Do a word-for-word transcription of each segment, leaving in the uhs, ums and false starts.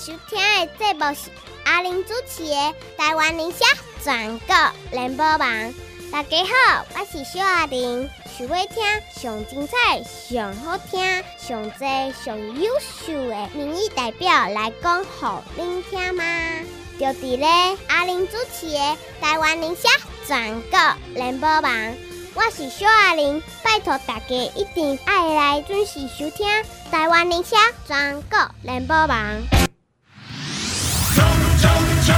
收听的节目是阿玲主持的《台湾理想全国联播网》。大家好，我是小阿玲。想要听上精彩、上好听、上多、上优秀的民意代表来讲给您听吗？就伫咧阿玲主持的《台湾理想全国联播网》。我是小阿玲，拜托大家一定要来准时收听台湾理想全国联播网。冲冲冲！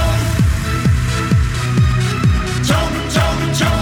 冲冲冲！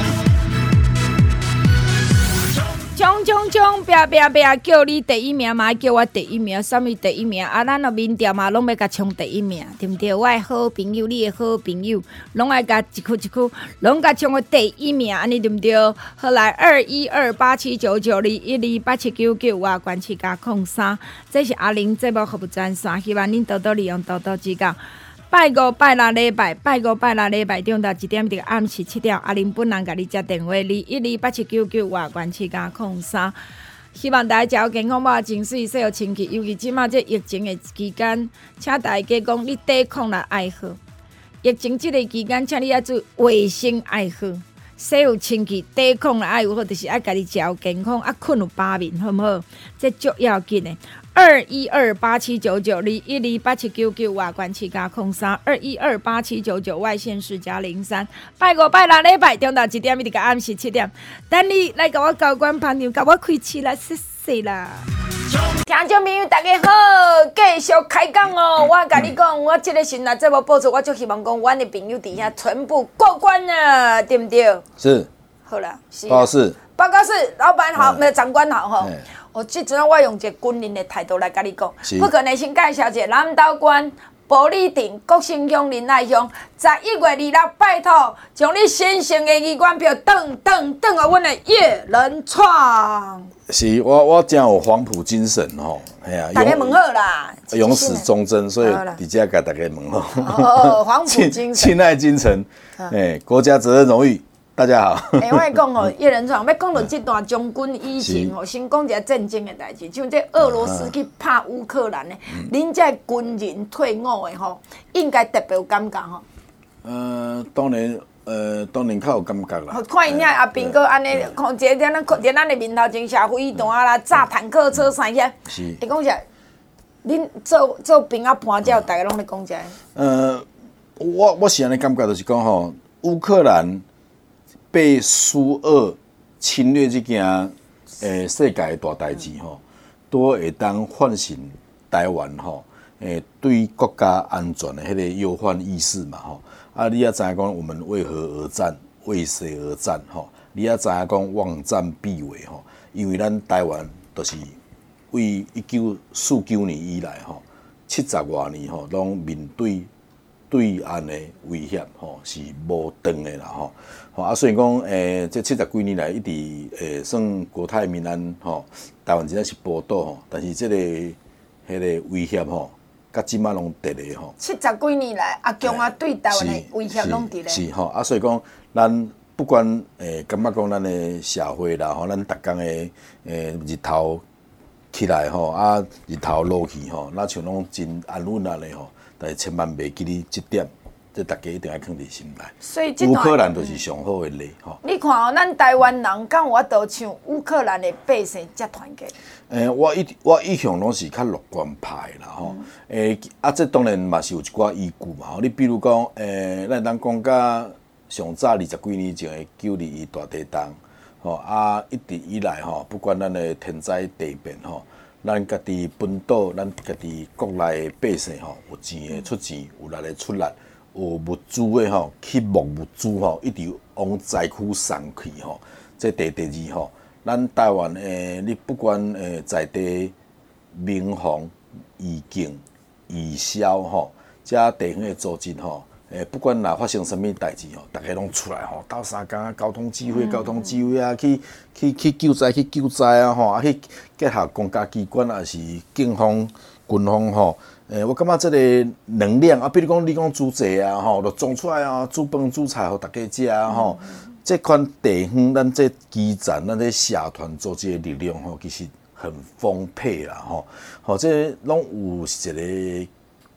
冲冲冲！拼拼拼！叫你第一名嘛，叫我第一名，啥物第一名？啊，咱的民调嘛，拢要甲冲第一名，对不对？我的好朋友，你的好朋友，拢爱甲一区一区，拢甲冲个第一名，安尼对不对？好来，二一二八七九九二一二八七九九，我关七加空三，这是阿玲节目服务专线，希望恁多多利用，多多指教。拜五拜六礼拜，拜五拜六礼拜中到一点到暗时七点，阿玲本人甲你接电话，二一二八七九九，我关七加空三。希望大家健康饱，情绪洗好清气，尤其即马这疫情的期间，请大家讲你抵抗力爱好。疫情这个期间，请你要注卫生爱好，洗好清气，抵抗力爱有好，就是爱家己食好健康，啊困有饱眠，好不好？这足要紧的。二一二八七九九二一二八七九九外关七加空三二一二八七九九外线四加零三拜五拜六礼拜中到一点一直到暗时七点，等你来甲我交关朋友，甲我开市啦，谢谢啦！听众朋友大家好，继续开讲哦！我甲你讲，我这个新来节目播出，我就希望讲，阮的朋友底下全部过关了，对不对？ 是。 好啦，是。 报告室。 报告室，老板好，没有长官好哈。我即阵我用一个军人的态度来甲你讲，不可能先介绍一下南投县埔里镇国姓乡仁爱乡，十一月二六，拜托将你先生的议员票转转转啊，阮的叶仁创。 是我我真有黄埔精神吼，哎呀， 大家问好啦， 勇始忠贞，所以伫遮甲大家问好。 哦，黄埔精神， 亲爱精诚，哎，国家责任荣誉。大家好， 哎、欸，我跟你讲哦，叶仁创要讲到这段将军疫情哦，先讲一个战争的代志，像这俄罗斯去拍乌克兰的，恁、嗯、这军人退伍的吼，应该特别有感觉吼。 呃，当然，呃，当然较有感觉啦。 看因遐阿兵哥安尼，看一个在咱在咱的面头前射飞弹啦，炸坦克车啥遐。是。会讲一下，恁做做兵啊盘照，大家拢咧讲一下。 呃，我我是安尼感觉，就是讲吼，乌克兰。被苏俄侵略这件诶世界的大代志吼，都会当唤醒台湾吼诶对国家安全的迄个忧患意识嘛吼。啊，你也知影讲我们为何而战，为谁而战吼？你也知影讲望战必危吼，因为咱台湾就是为一九四九年以来吼，七十多年吼，拢面对对岸的威胁吼是无断的啦吼。吼啊，虽然讲诶，这七十几年来一直诶算国泰民安吼，台湾真正是宝岛吼，但是这个迄个威胁吼，甲即马拢伫咧吼。 七十几年来，阿强啊对台湾的威胁拢伫咧。 是吼啊，所以讲咱不管诶，感觉讲咱的社会啦吼，咱逐工的诶日头起来吼，啊日头落去吼，那像拢真安稳啊咧吼，但是千万袂记哩即点。这大家一定要放伫心内。 所以乌克兰就是上好的例吼。 你看哦，咱台湾人敢有法度像乌克兰的百姓遮团结？ 诶、欸，我一我一向拢是较乐观派啦吼。诶、嗯欸，啊，这当然嘛是有一寡依据嘛吼。你比如讲，诶、欸，咱当讲甲上早二十几年前的九二一大地震，吼啊，一直以来吼，不管咱的天灾地变吼。咱家己本岛，咱家己国内的百姓吼，有钱的出钱，有力的出力。有物资的吼，去募物资吼，一直往灾区送去吼。这第第二吼，咱台湾诶，你不管诶在地民防、医警、义消吼，遮地方的组织吼，诶，不管若发生啥物代志吼，大家拢出来吼，斗相共交通指挥、交通指挥啊，去去去救灾、去救灾啊吼，啊去结合公家机关也是警方、军方吼。诶，我感觉这个能量啊，比如讲你讲煮茶啊，吼，就种出来啊，煮饭煮菜，互大家食啊，吼、嗯。这款地方，咱这基层，咱这社团组织的力量，吼，其实很丰沛啦，吼。吼，这拢有一个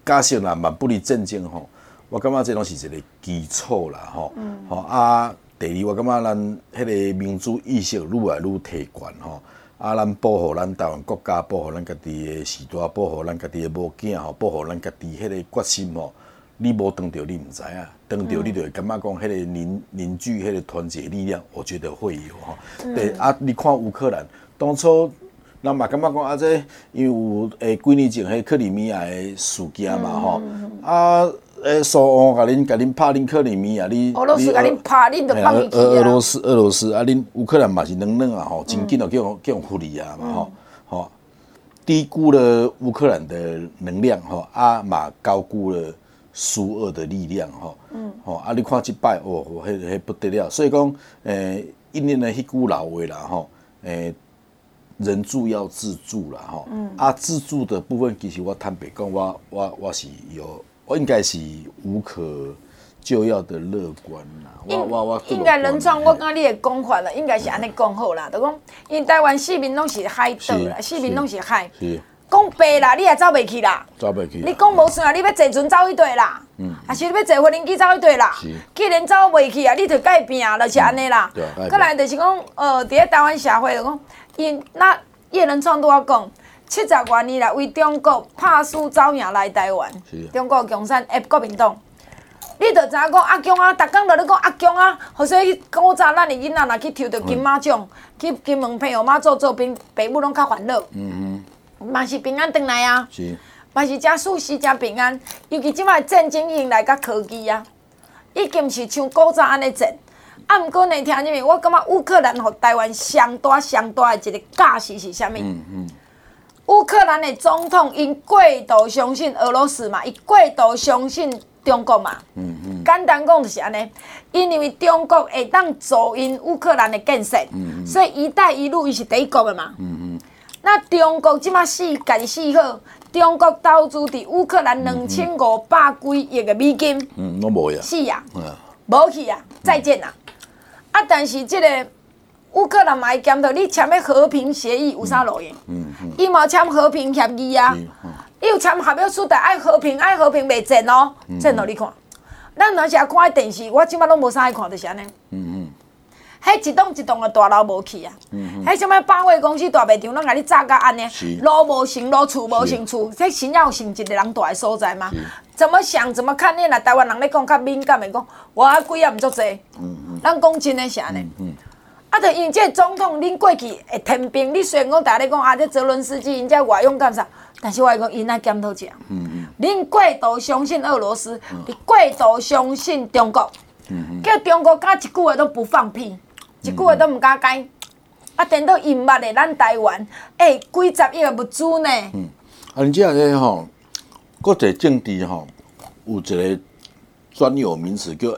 假设啦，万不离战争吼，我感觉这拢是一个基础啦吼。嗯。吼啊，第二我感觉咱迄个民主意识愈来愈提悬吼。啊，咱保护咱台湾国家，保护咱家己的时代，保护咱家己的母囝吼，保护咱家己迄个决心吼。你无当到，你唔知啊。当到你就会感觉讲，迄个凝凝聚，迄个团结力量，我觉得会有吼。对啊，你看乌克兰当初。咱嘛感觉讲啊，这因为有诶几年前迄克里米亚诶事件嘛吼，啊诶苏俄甲恁甲恁拍恁克里米亚，你俄罗斯甲恁拍，恁就放弃啊。 俄罗斯俄罗斯啊，恁乌克兰嘛是软软啊吼，真紧就叫叫用互利啊嘛吼，吼低估了乌克兰的能量吼，啊嘛高估了苏俄的力量吼，吼啊你看即摆哦，迄迄不得了，所以讲诶，一年的迄句老话啦吼，诶。人助要自助啦，吼、嗯，啊，自助的部分其实我坦白讲，我我我是有，我应该是无可救药的乐观啦。我我我应该人创，我感觉你的讲法啦，应该是安尼讲好啦，就讲因为台湾四面拢是海岛啦，四面拢是海。是。讲白啦，你也走袂去啦。 走袂去。 你讲无算啊，你要坐船走去对啦。嗯。还是你要坐飞轮机走去对啦。是。既然走袂去啊，你就改变啊，就是安尼啦。对。再来就是讲，呃，伫咧台湾社会就讲，因那叶仁创拄仔讲，七十多年来为中国拍输走赢来台湾。是。中国共产诶国民党，你就知影讲阿强啊，逐工就咧讲阿强啊，或说古早咱的囡仔若去抽到金马奖，去金门朋友妈做做兵，爸母拢较烦恼。嗯哼。嘛是平安回来啊，是，嘛是真舒适、真平安。尤其即摆战争迎来甲科技啊，已经是像古早安尼战。啊，毋过呢，听入面，我感觉乌克兰互台湾上大上大的一个假释是啥物？嗯嗯。乌克兰的总统因过度相信俄罗斯嘛，伊过度相信中国嘛。嗯嗯。简单讲就是安尼，因为中国会当助因乌克兰的建设，嗯嗯，所以“一带一路”伊是第一个的嘛。嗯嗯。那中国即马死家己死好，中国投资伫乌克兰两千五百几亿的美金， 嗯，拢无呀， 死呀，无去啊，再见啦。啊，但是即个乌克兰嘛会检讨，你签的和平协议有啥路用？嗯嗯，伊嘛签和平协议啊，伊有签合约书，但爱和平，爱和平袂战哦，战互你看。咱若是啊看电视，我即马拢无啥爱看，就是安尼。嗯嗯。迄一栋一栋的大楼无去啊！迄什么百货公司大卖场，拢甲你炸甲安尼，路无成路，厝无成厝，迄真正有成一个人大的所在吗？怎么想怎么看？你若台湾人咧讲较敏感的讲，我啊几啊毋足济。咱讲真诶是安尼。啊，就因为这总统恁过去会天兵，你虽然讲大家咧讲啊，这泽伦斯基因这外勇干啥，但是我会讲因爱检讨一下。恁过度相信俄罗斯，你过度相信中国，叫中国敢一句话都不放屁。一句话都唔敢讲，啊！等到隐瞒的咱台湾，诶、欸，几十亿的物资呢？嗯， 啊，你这个吼，国际政治吼，有一个专有名词叫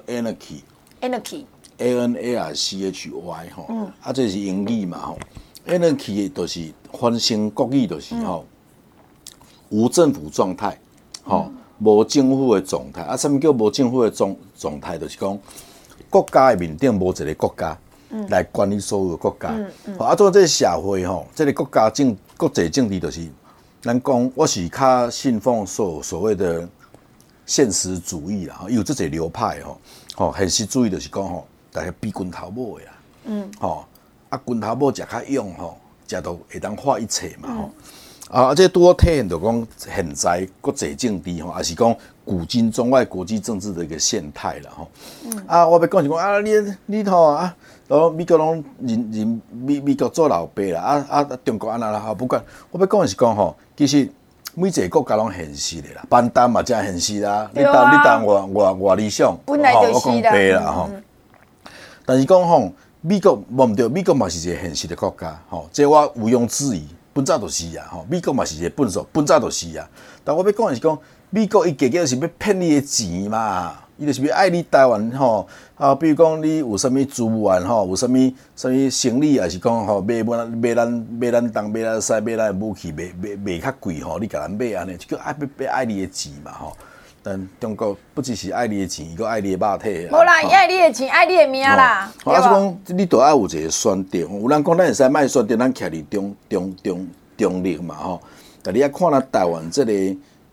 anarchy。anarchy。A N A R C H Y 吼，嗯、啊，这是英语嘛吼 ，anarchy 就是翻成国语就是吼、嗯，无政府状态，吼、嗯，无政府的状态。啊，什么叫无政府的状状态？就是讲国家的面顶无一个国家。来管理所有的国家，嗯嗯、啊，做这个社会吼，这个国家政国际政治就是，咱讲我是较信奉所所谓的现实主义啦，有这个流派吼，吼现实主义就是讲吼，大家比拳头母的啦，嗯，吼啊拳头母食较勇吼，食到会当化一切嘛吼，嗯、啊，这拄好体现着讲现在国际政治吼，也是讲古今中外国际政治的一个现态啦吼，嗯、啊，我要讲是讲啊，你你吼啊。哦，美国拢认认美美国做老爸啦，啊啊中国安那啦，哈不管。我要讲的是讲吼，其实每一个国家拢现实的啦，班丹嘛真现实啦，你当你当我我我理想， 本来就是啦， 我讲白啦吼。但是讲吼，美国无毋对，美国嘛是一个现实的国家，吼，这我毋庸置疑，本早就是啊，吼，美国嘛是一个本数，本早就是啊。但我要讲的是讲，美国伊加加是要骗你的钱嘛。伊就是要爱你台湾吼，啊，比如讲你有啥物资源吼，有啥物啥物生理，也是讲吼买买买咱买咱东买咱西买咱武器，卖卖卖较贵吼，你甲咱买安尼，就叫爱要爱你的钱嘛吼。但中国不只是爱你的钱，伊个爱你的肉体。 无啦，伊爱你的钱，爱你的命啦。 啊，是讲你都爱有一个选择，有人讲咱会使卖选择，咱徛伫中中中中立嘛吼。但你要看咱台湾这个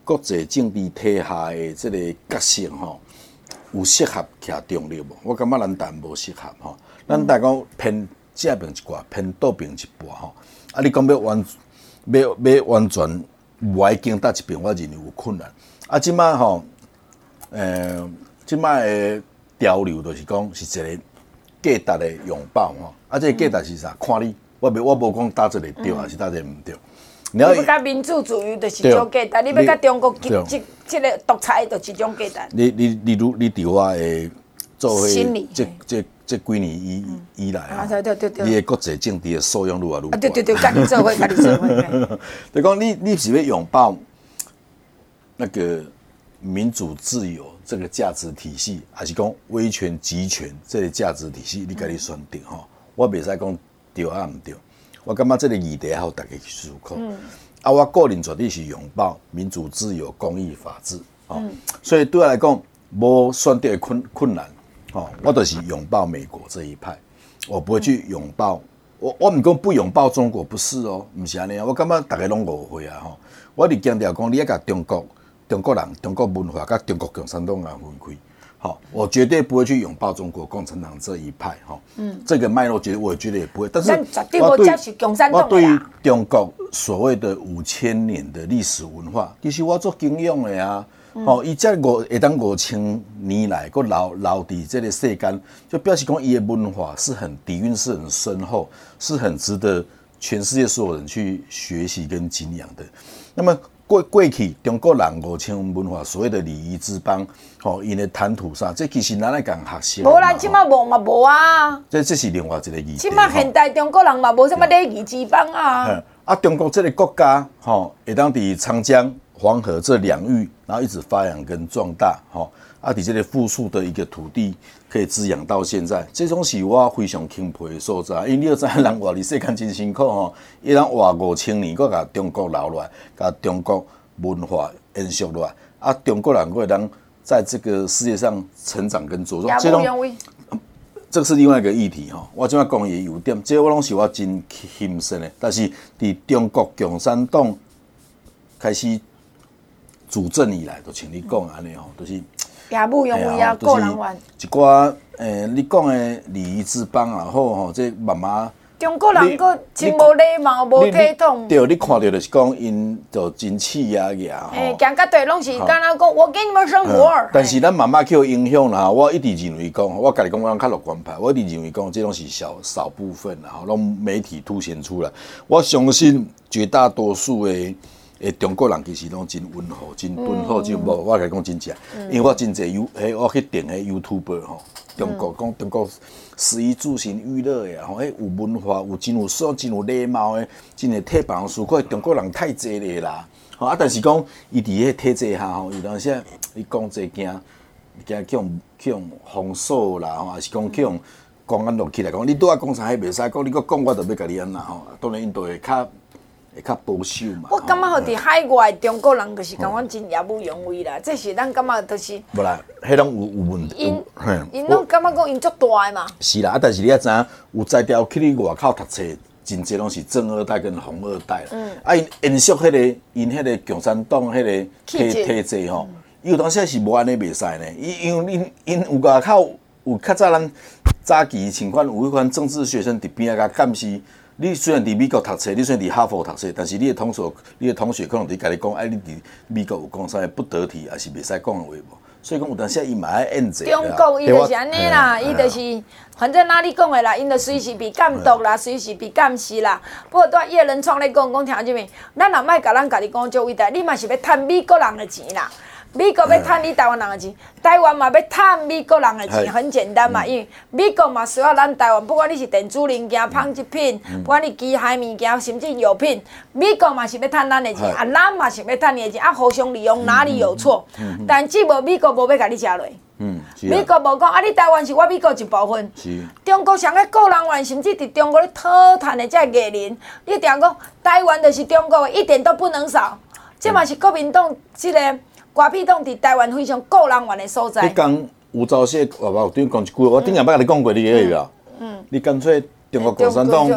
国际政治体下的这个角色吼，有适合徛中立无？我感觉咱台湾无适合吼，咱大讲偏正边一寡，偏倒边一半吼。啊，你讲要完要要完全无爱经搭一边，我认为有困难。啊，即摆吼，诶，即摆的潮流就是讲是一个价值的拥抱吼。啊，这个价值是啥？看你，我袂我无讲搭这个对，还是搭这个毋对。 你要甲民主自由就是一种价值，你要甲中国即即个独裁就是一种价值。 你你你如你伫我诶做伙这这这几年以以来啊，你诶国际政治诶素养愈来愈高。 啊对对对，甲你做伙，甲你做伙。 就讲你你是要拥抱那个民主自由这个价值体系，还是讲威权集权这个价值体系？你家己选定吼，我袂使讲对啊毋对。我感觉这个议题好大家去思考。嗯、啊，我个人绝对是拥抱民主、自由、公益、法治。哦，嗯、所以对我来讲，无选择的困困难。哦，我就是拥抱美国这一派，我不会去拥抱。我我唔讲不拥抱中国，不是哦，唔是安尼啊。我感觉大家拢误会啊吼。我伫强调讲，你要甲中国、中国人、中国文化、甲中国共产党人分开。好，我绝对不会去拥抱中国共产党这一派，哈，嗯，这个脉络，觉得我觉得也不会。但是我对我对于中国所谓的五千年的历史文化，其实我做敬仰的啊，哦、嗯，伊这五会当五千年来，个留留伫这个世间，就表示讲伊的文化是很底蕴是很深厚，是很值得全世界所有人去学习跟敬仰的。那么。过过去中国人五千文化所谓的礼仪之邦，吼，因的谈吐啥，这其实咱来讲学习。 无啦，即马无嘛无啊。 这这是另外一个议题。 即马现代中国人嘛无什么礼仪之邦啊。 啊，中国这个国家，吼，会当伫长江、黄河这两域，然后一直发扬跟壮大，吼，啊，伫这个富庶的一个土地可以滋养到现在，这种是我非常钦佩的所在。因为你要知影，人活伫世间真辛苦吼，伊人活五千年，佮甲中国留落来，甲中国文化延续落来，啊，中国人会当在这个世界上成长跟茁壮，这种，这是另外一个议题哈。我即摆讲伊优点，这我拢是我真欣赏的。但是伫中国共产党开始主政以来，就像你讲安尼吼，就是也不用为啊，个人玩。 一寡诶，你讲的礼仪之邦也好吼，这慢慢。 中国人个真无礼貌，无体统。 对，你看到就是讲，因就真气压压吼。 诶，行到对拢是敢若讲，我给你们生活。 但是咱慢慢去影响啦，我一直认为讲，我家己讲，我较乐观派，我一直认为讲，这拢是小少部分啦，吼，拢媒体凸显出来。我相信绝大多数的诶中国人其实拢真温和、真敦厚、真无。我家己讲真正，因为我真侪 U， 迄我去订迄 YouTuber 吼。中国讲中国食衣住行娱乐的吼，诶有文化，有真有素，真有礼貌的，真会替别人思考。中国人太济咧啦，吼啊！但是讲伊伫迄体制下吼，有当时你讲这惊惊去用去用封锁啦，吼，还是讲去用公安落起来讲，你拄仔讲啥迄袂使讲，你搁讲我就要甲你安那吼。当然因都会较会较保守嘛。 我感觉吼，伫海外中国人就是感觉真业务用威啦，这是咱感觉就是。 无啦，迄拢有有问题。 因因拢感觉讲因足大的嘛。 是啦，啊，但是你也知影，有才调去你外口读册，真侪拢是正二代跟红二代啦。嗯。啊，因延续迄个因迄个共产党迄个体体制吼，伊有当时是无安尼袂使呢。因因因因有外口有较早咱早期情况有迄款政治学生伫边仔甲监视。你虽然伫美国读册，你虽然伫哈佛读册，但是你的同学，你的同学可能伫甲你讲，哎，你伫美国有讲啥不得体，还是袂使讲的话无？所以讲有当时伊嘛爱限制。 中国伊就是安尼啦，伊就是反正哪里讲的啦，因就随时被监督啦，随时被监视啦。不过对叶仁创咧讲讲听啥物，咱若莫甲咱家己讲足伟大，你嘛是要趁美国人的钱啦。美国要趁你台湾人的钱，台湾嘛要趁美国人的钱，很简单嘛。因为美国嘛需要咱台湾，不管你是电子零件、纺织品，不管你机械物件，甚至药品，美国嘛是要趁咱的钱，啊，咱嘛是要趁你的钱，啊，互相利用哪里有错？但只无美国无要甲你吃落。美国无讲啊，你台湾是我美国一部分。中国上个个人玩，甚至伫中国咧讨趁的这艺人，你定讲台湾就是中国的，一点都不能少。这嘛是国民党这个。瓜屁党伫台湾非常个人玩的所在。 你讲吴钊燮，我我对讲一句，我顶下捌甲你讲过，你个月啊。嗯。你干脆中国共产党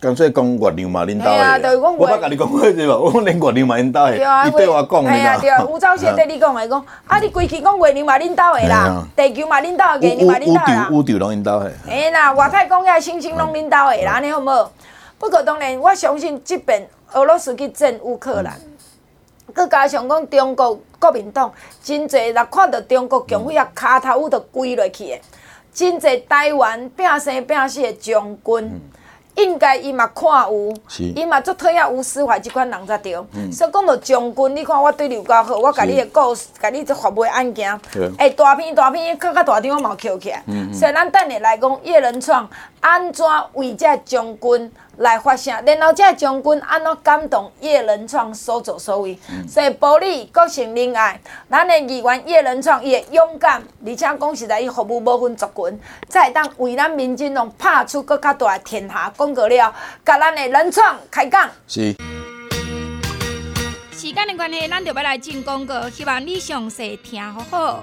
干脆讲月亮嘛，恁兜的。就是讲我捌甲你讲过对无？我连月亮嘛恁兜的，伊对我讲的啦。 哎呀，对，吴钊燮对你讲的，讲啊，你规气讲月亮嘛恁兜的啦，地球嘛恁兜的，月亮嘛恁兜啦。 宇宙拢恁兜的。 哎啦，外太空遐星星拢恁兜的啦，安尼好无？不过当然，我相信即边俄罗斯去占乌克兰，佮加上讲中国国民党真侪，若看到中国共匪啊骹头有着跪落去的，真侪台湾拼生拼死的将军。应该伊嘛看有，伊嘛足讨厌有司法即款人才对。嗯、所以讲到将军，你看我对你有够好，我甲你的故事，甲你这法律案件，哎、欸、大片大片，较较大张我嘛捡起来。嗯嗯、所以咱等下来讲叶仁创安怎为这将军来发声，然后这将军安怎感动叶仁创所作所为。嗯、所以保利国情仁爱，咱的议员叶仁创伊的勇敢，而且讲实在伊服务无分族群，才会当为咱民进党拍出更较大的天下。广告了，甲咱的仁创开讲。 是。 时间的关系，咱就要来进广告，希望你详细听好好。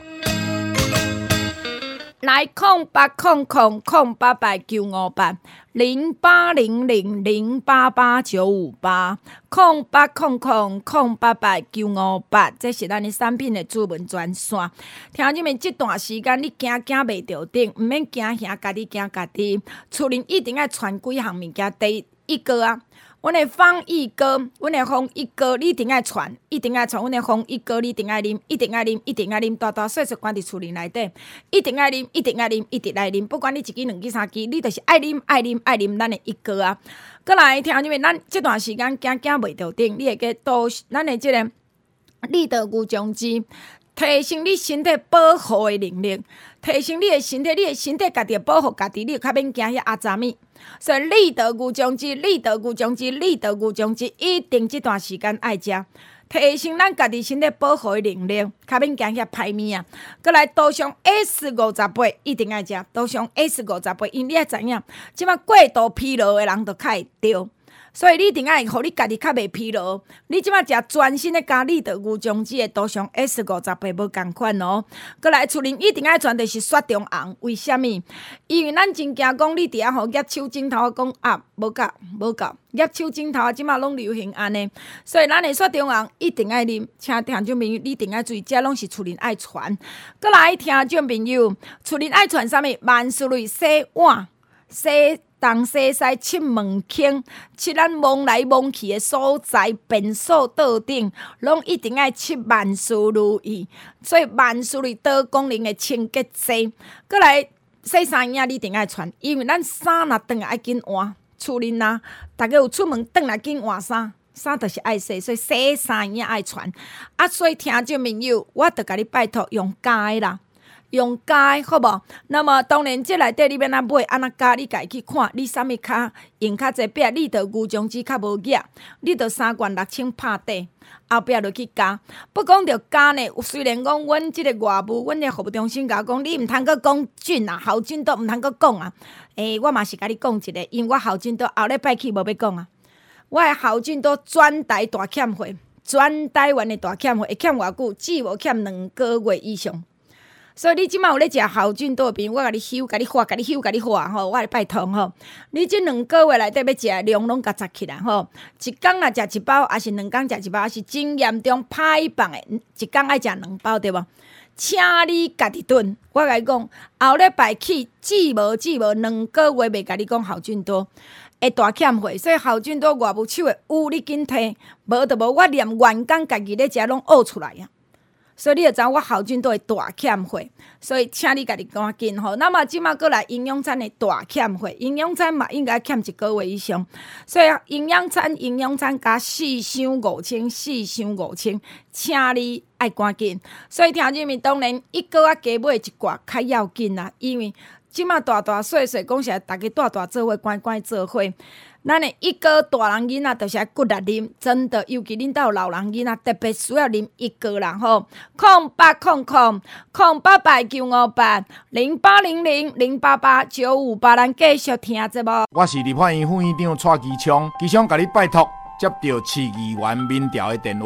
来空八空空空八八九五八零八零零零八八九五八空八空空空八八九五八，这是咱的产品的主文专线。听你们这段时间，你行行袂着顶，唔免惊遐，家己惊家己。厝里一定要传几项物件，第一个啊。阮的防疫膏，阮的防疫膏，你一定爱传，一定爱传。阮的防疫膏，你一定爱啉，一定爱啉，一定爱啉，大大细细关伫厝里内底，一定爱啉，一定爱啉，一定爱啉。不管你一支、两支、三支，你就是爱啉、爱啉、爱啉咱的一膏啊。过来听因为咱这段时间行行袂着顶，你会记多咱的这个立德牛种子，提升你身体保护的能力，提升你的身体，你的身体家己保护家己，你就较免惊遐阿杂物。所以立德牛种子，立德牛种子，立德牛种子，一定这段时间爱食，提升咱家己身体保护的能力，较免惊遐歹物啊。过来多上 S 五十八，一定爱食，多上 S 五十八，因为你爱知影，即摆过度疲劳的人就较会着。所以你一定爱互你家己较袂疲劳。你即摆食全新的咖喱的牛种子的多上 S 五十八无共款哦。过来厝里一定爱传的是雪中红，为虾米？因为咱真惊讲你伫遐吼叶手指头讲啊，无够无够，叶手指头即摆拢流行安尼。所以咱的雪中红一定爱啉，请听众朋友你一定爱注意，这拢是厝里爱传。过来听众朋友，厝里爱传啥物？万事类洗碗洗。东西西七门坑，七咱摸来摸去的所在，便所桌顶，拢一定爱七万事如意。所以万事类多功能的清洁剂，过来洗衫影你一定爱穿，因为咱衫若转来爱紧换。厝里呐，大家有出门转来紧换衫，衫就是爱洗，所以洗衫影爱穿。啊，所以听众朋友，我着甲你拜托用加的啦。用加好无？那么当然，这内底你要哪买安怎加？你家去看，你啥物较用较济笔，你着牛种子较无额，你着三罐六千拍底，后壁就去加。不讲着加呢，虽然讲阮即个外务，阮的服务中心甲我讲，你毋通阁讲菌啊，校菌都毋通阁讲啊。诶、欸，我嘛是甲你讲一个，因为我校菌都后礼拜去无要讲啊。我的校菌都全台大欠货，全台湾的大欠货，会欠偌久？只无欠两个月以上。所以你即摆有咧食校菌多边，我甲你修、甲你化、甲你修、甲你化吼，我来拜托吼。你即两个月内底要食的量拢甲砸起来吼，一工若食一包，还是两工食一包，还是真严重歹放的，一工爱食两包对无？请你家己炖。我甲你讲，后礼拜起，只无只无两个月袂甲你讲校菌多，会大欠货。所以校菌多外务手的有你紧摕，无就无我连员工家己咧食拢呕出来啊。所以你就知我校菌都会大欠货，所以请你家己赶紧吼。那么即马过来营养餐的大欠货，营养餐嘛应该欠一个月以上，所以营养餐营养餐加四箱五千，四箱五千，请你爱赶紧。所以听入面当然一个啊加买一寡较要紧啦，因为即马大大细细讲起来，大家大大做伙，乖乖做伙。咱的一个大人囡仔，就是爱骨力啉，真的，尤其恁兜老人囡仔，特别需要啉一个啦吼。空八空空空八八九五八零八零零零八八九五八，咱继续听节目。 我是立法院副院长蔡其昌，其昌甲你拜托接到市议员民调的电话。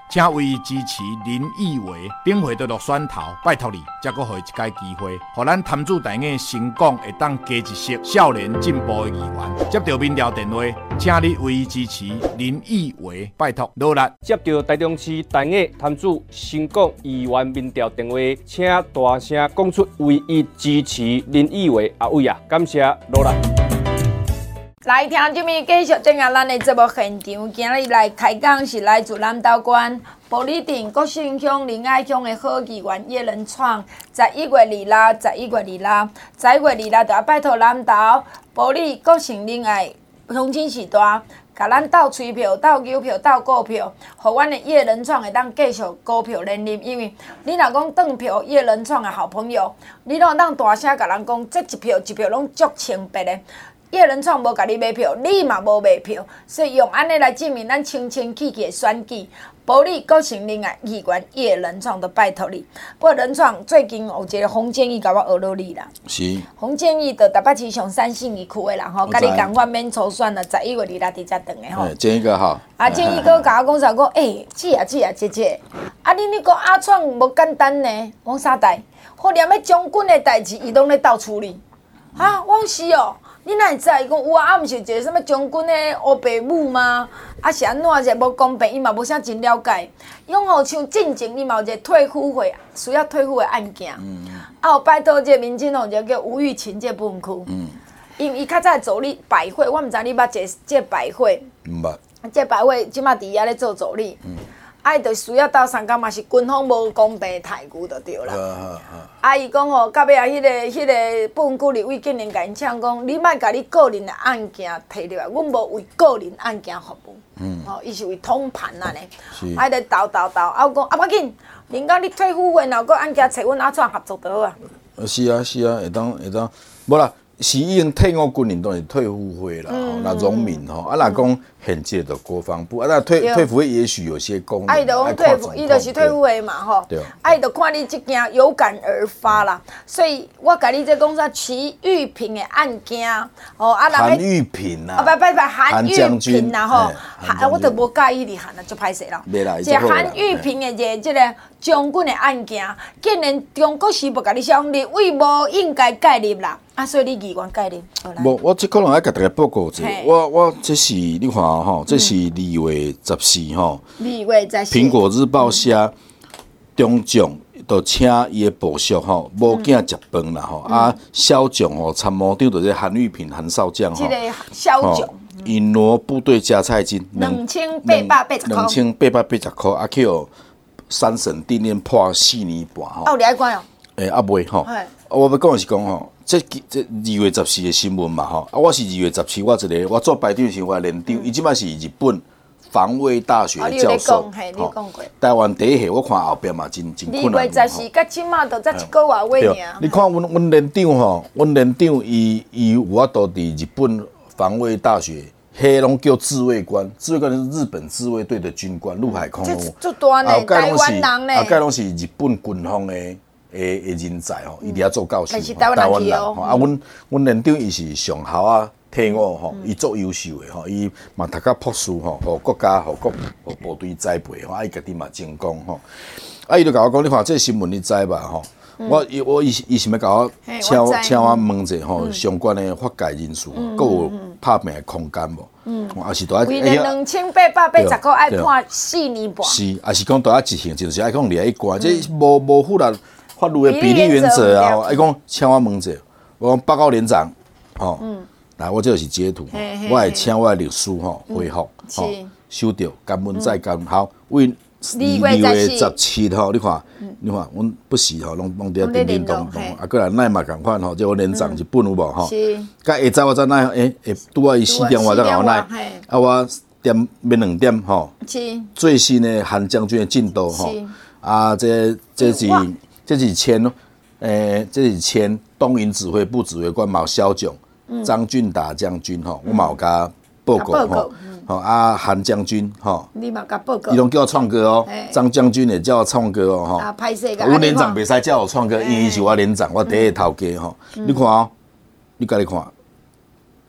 请为支持林义伟，顶回得落选头，拜托你，再搁互一届机会，互咱潭子大雅成功会当加一席少年进步的议员。接到民调电话，请你为支持林义伟，拜托努力。 接到台中市大雅潭子成功议员民调电话，请大声讲出唯一支持林义伟阿伟啊！感谢努力。 来听这边继续进入咱的节目现场，今日来开讲是来自南投县埔里镇国姓乡林爱乡的好议员叶仁创，十一月二六，十一月二六，十一月二六就要拜托南投埔里国姓林爱乡亲时代，甲咱斗吹票、斗邮票、斗股票，互阮的叶仁创会当继续股票连任，因为你若讲转票叶仁创的好朋友，你若当大声甲人讲，这一票一票拢足清白的。叶仁创无甲你买票，你嘛无买票，所以用安尼来证明咱清清气气的选举。埔里国姓林爱议员叶仁创都拜托你。不过仁创最近有一个洪建义甲我学落你啦。 是。 洪建义就台北市上三信义区的啦吼，甲你共款免初选啦，十一月二六直接等的吼。 建义哥好。 啊，建义哥甲我讲啥讲？诶，姐啊姐啊姐姐，啊你你讲阿创无简单呢，讲啥代？好连要将军的代志，伊拢咧斗处理。啊，我是哦。你哪会知？伊讲有啊，啊，毋是一个什么将军的乌爸母吗？啊是安怎一个无公平？伊嘛无啥真了解。伊讲吼，像进前伊嘛有一个退伍会需要退伍的案件，嗯、啊有拜托这个民警吼，就叫吴玉琴这部分区。嗯，因为伊较早助理百惠，我毋知你捌这这百惠。毋捌。这百惠即马伫遐咧做助理。嗯。啊，伊就需要到三工嘛是军方无公平待遇就对啦。啊，伊讲吼，到尾啊，迄个迄个部分区立委竟然甲因呛讲，你莫甲你个人的案件摕入来，阮无为个人案件服务。嗯。吼，伊是为通盘安尼。是。啊，伊就斗斗斗，啊，我讲啊，要紧，人家你退伍会，若个案件找阮阿怎合作得好啊？ 是啊，是啊，会当会当，无啦。是已经退伍军人，当然退伍会啦，那农民吼，啊，若讲现届的国防部，啊，那退退伍会也许有些功能， 啊，伊就讲退伍，伊就是退伍会嘛，吼，啊，伊就看你即件有感而发啦，所以我甲你这讲啥，徐玉萍的案件，哦，啊， 韩玉萍啊， 啊，不不不，韩玉萍啦，吼，韩，我都无介意你韩啦，就歹势啦，即韩玉萍的这即个将军的案件，竟然中国时报甲你讲，立委无应该介入啦。啊，所以你议员介入？ 无，我即可能要甲大家报告者，我我这是你看吼，这是二月十四吼， 二月十四， 苹果日报写中将就请伊的部属吼，无囝食饭啦吼，啊，小将吼参谋长就是韩玉萍韩少将吼， 这个小将， 引挪部队加菜金两千八百八十块， 两千八百八十块，啊，去有三审定谳判四年半吼。 哦，你爱管哦？ 诶，啊未吼，我要讲的是讲吼。这这二月十四的新闻嘛吼，啊，我是二月十七，我一个我做排长时我连长，伊即摆是日本防卫大学的教授， 吼。 台湾第一下，我看后边嘛真真困难。 二月十四，到即马都才一个月尾尔。 你看阮阮连长吼，阮连长伊伊有法度伫日本防卫大学，迄拢叫自卫官，自卫官是日本自卫队的军官，陆海空务。 这大呢，台湾人呢。 啊，盖拢是日本军方的。诶诶，人才吼，伊伫遐做教授， 台湾人吼。啊，阮阮连长伊是上校啊，退伍吼，伊足优秀诶吼，伊嘛读甲博士吼，互国家、互国、互部队栽培吼，啊，伊家己嘛成功吼。啊，伊就甲我讲，你看这新闻你知吧吼？我伊我伊伊是要甲我请请我问者吼，相关诶法界人士，佮有拍拼诶空间无？嗯，啊是多啊， 规年两千八百八十块爱判四年半。 是，啊是讲多啊执行，就是爱讲掠一关，这无无符合。法律的比例原则啊，伊讲请我问者，我讲报告连长，吼，来我这是截图，我会请我的律师吼回复，吼收到，感恩再感恩。好，为二月十七号，你看，你看，阮不时吼，拢拢伫咧叮叮咚咚，啊，过来奈嘛共款吼，即我连长日本有无吼？甲下早我再奈，诶诶，拄啊伊四点我再甲我奈，啊我点免两点吼，最新的韩将军的进度吼，啊这这是。这是签，诶、欸，这是签东营指挥部指挥官毛肖炯、张俊达将军吼，我嘛有甲报告吼，吼啊韩将军吼， 你嘛甲报告， 伊拢叫我创歌哦，张将军也叫我创歌哦，吼， 啊，拍摄个， 我连长袂使叫我创歌，因为伊是我连长，我第一头家吼，你看哦，你家己看，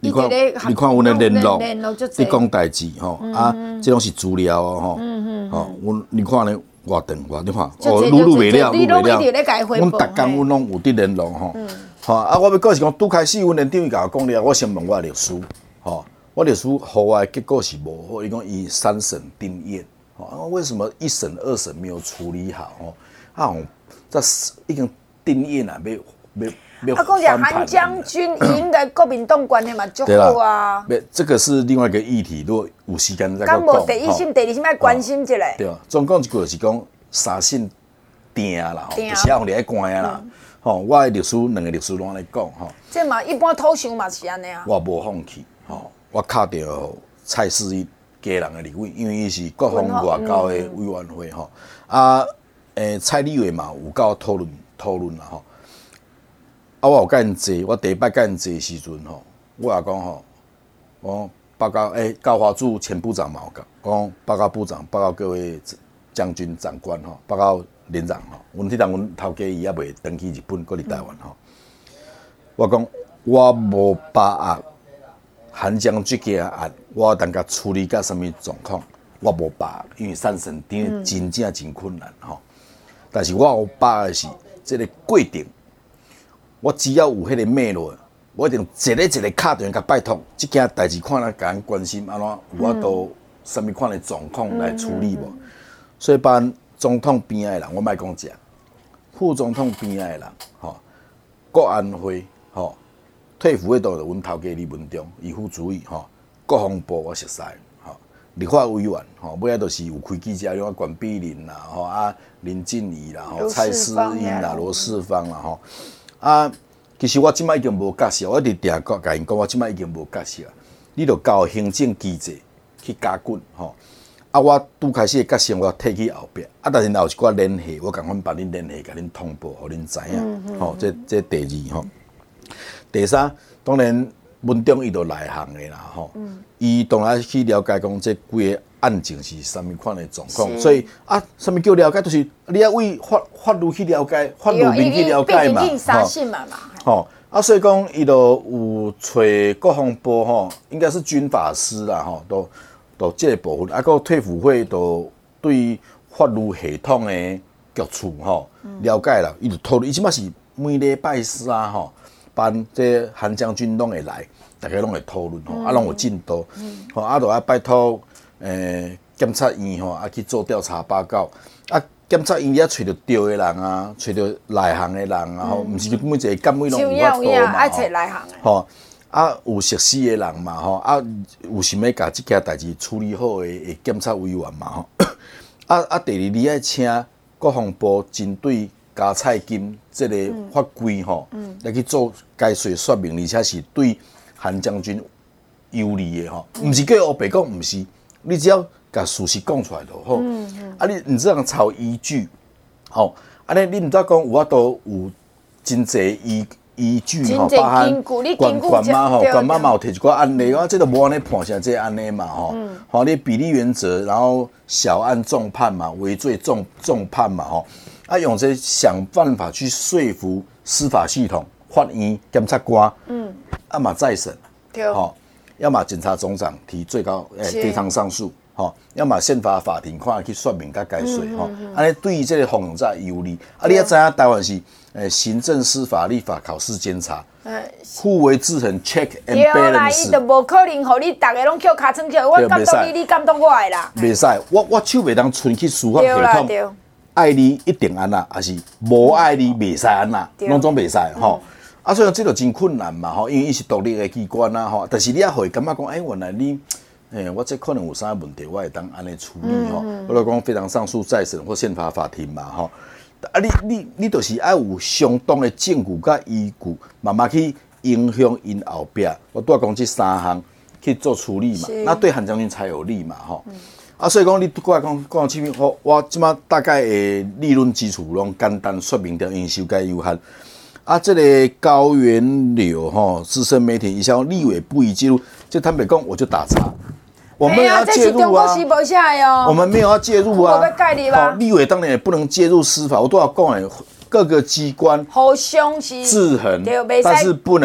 你看，你看，阮的联络，你讲代志吼，啊，这拢是资料哦，吼，吼，阮你看咧，偌长偌，你看，哦，愈愈袂了，愈袂了。阮逐工阮拢有伫联络吼，吼，啊，我要讲是讲，拄开始阮连长伊甲我讲了，我先问我律师，吼，我律师予我的结果是无好，伊讲伊三审定验，吼，为什么一审二审没有处理好？吼，啊，这已经定验啦，要要。 啊，讲是韩将军赢的国民党关系嘛，足好啊。 没，这个是另外一个议题，如果有时间再讲。 讲无第一心、第二心要关心一下。 对啊，总讲一句就是讲三审定啦，吼，就是要立关啊啦。吼，我的律师两个律师拢来讲吼。 这嘛一般土象嘛是安尼啊。 我无放弃，吼，我敲着蔡世义家人的立委，因为伊是国防外交的委员会吼。啊，诶，蔡立伟嘛有够讨论讨论啦吼。啊，我有甲因坐，我第一摆甲因坐的时阵吼，我也讲吼，我报告诶，教化组前部长嘛有讲，讲报告部长，报告各位将军长官吼，报告连长吼，阮迄当阮头家伊也未登去日本，搁伫台湾吼。我讲我无把握韩将军件案，我当甲处理甲什么状况，我无把握，因为三审顶真正真困难吼。但是我有把握的是这个过程。我只要有迄个脉络，我一定一个一个敲电话甲拜托，即件代志看咱甲咱关心安怎有法度什么款的状况来处理无？所以办总统边仔的人，我莫讲这，副总统边仔的人，吼，国安会，吼，退辅会都是阮头家李文忠，伊副主委，吼，国防部我熟悉，吼，立法委员，吼，尾仔都是有开记者会，管碧玲啦，吼啊林静怡啦，吼蔡诗英啦，罗世芳啦，吼。啊，其实我即摆已经无角色，我一直定甲甲因讲，我即摆已经无角色啊。你着交行政机制去加滚吼。啊，我拄开始的角色，我退去后壁。啊，但是若有一寡联系，我共阮帮恁联系，甲恁通报，互恁知影。吼、嗯，这这第二吼。第三，当然文中伊着内行的啦吼。伊、嗯、当然去了解讲这几个案情是啥物款的状况，所以啊，啥物叫了解，就是你要为法法律去了解，法律面去了解嘛，吼、哦，啊，所以讲伊就有找国防部吼，应该是军法司啦吼，都都这个部分，啊，个退辅会都对法律系统的局处吼了解啦，伊就讨论，伊即马是每礼拜三吼，办这韩将军拢会来，大家拢会讨论吼，啊，拢有进度，吼、啊，就要拜托。诶，检察院吼啊去做调查报告，啊，检察院也找到对的人啊，找到内行的人啊，吼、嗯，毋是每一个监委拢有法度嘛， 爱找内行的， 吼，啊，有熟悉的人嘛，吼，啊，有想要甲即件代志处理好的检察委员嘛，吼，啊啊，第二你爱请国防部针对加菜金这个法规吼，嗯，来去做解说说明，而且是对韩将军有利的吼，毋是叫乌白讲，毋是。你只要把事实讲出来就好，嗯嗯、啊你你这样抄依据，吼、哦，安尼你毋知讲有法度有真侪依依据吼，包含官官妈吼，官妈嘛有提一寡案例，我这都无安尼判下这案例嘛吼，吼、嗯哦、你比例原则，然后小案重判嘛，微罪重重判嘛吼，啊用这想办法去说服司法系统、法院、检察官，嗯，啊嘛再审，对，吼、哦。要么检察总长提最高诶非常上诉，吼；要么宪法法庭看去说明甲解说，吼。安尼对于这个防用者有利。啊，你要知影台湾是诶行政、司法、立法、考试、监察，互为制衡 ，check and balance。对啦， 伊就无可能，互你大家拢翘骹床翘，我感动你，你感动我的啦。 袂使，我我手袂当伸去司法系统，爱你一定安那，还是无爱你袂使安那，拢总袂使，吼。啊，所以这个真困难嘛，吼，因为伊是独立的机关啊，吼。但是你也会感觉讲，哎、欸，原来你，诶、欸，我这可能有啥问题，我会当安尼处理吼。或者讲非常上诉再审或宪法法庭嘛，吼。啊，你你你就是要有相当的证据甲依据，慢慢去影响因后壁。我拄讲这三项去做处理嘛，那对韩将军才有利嘛，吼。嗯、啊，所以讲你过来讲讲这边，我我即马大概的理论基础拢简单说明掉，因为时间有限。啊，这个高元流哈，资深媒体一项立委不予介入，就坦白讲，我就打叉。我们要介入啊，我们没有要介入啊。好，立委当然也不能介入司法，我都要讲诶，各个机关互相是制衡，但是不能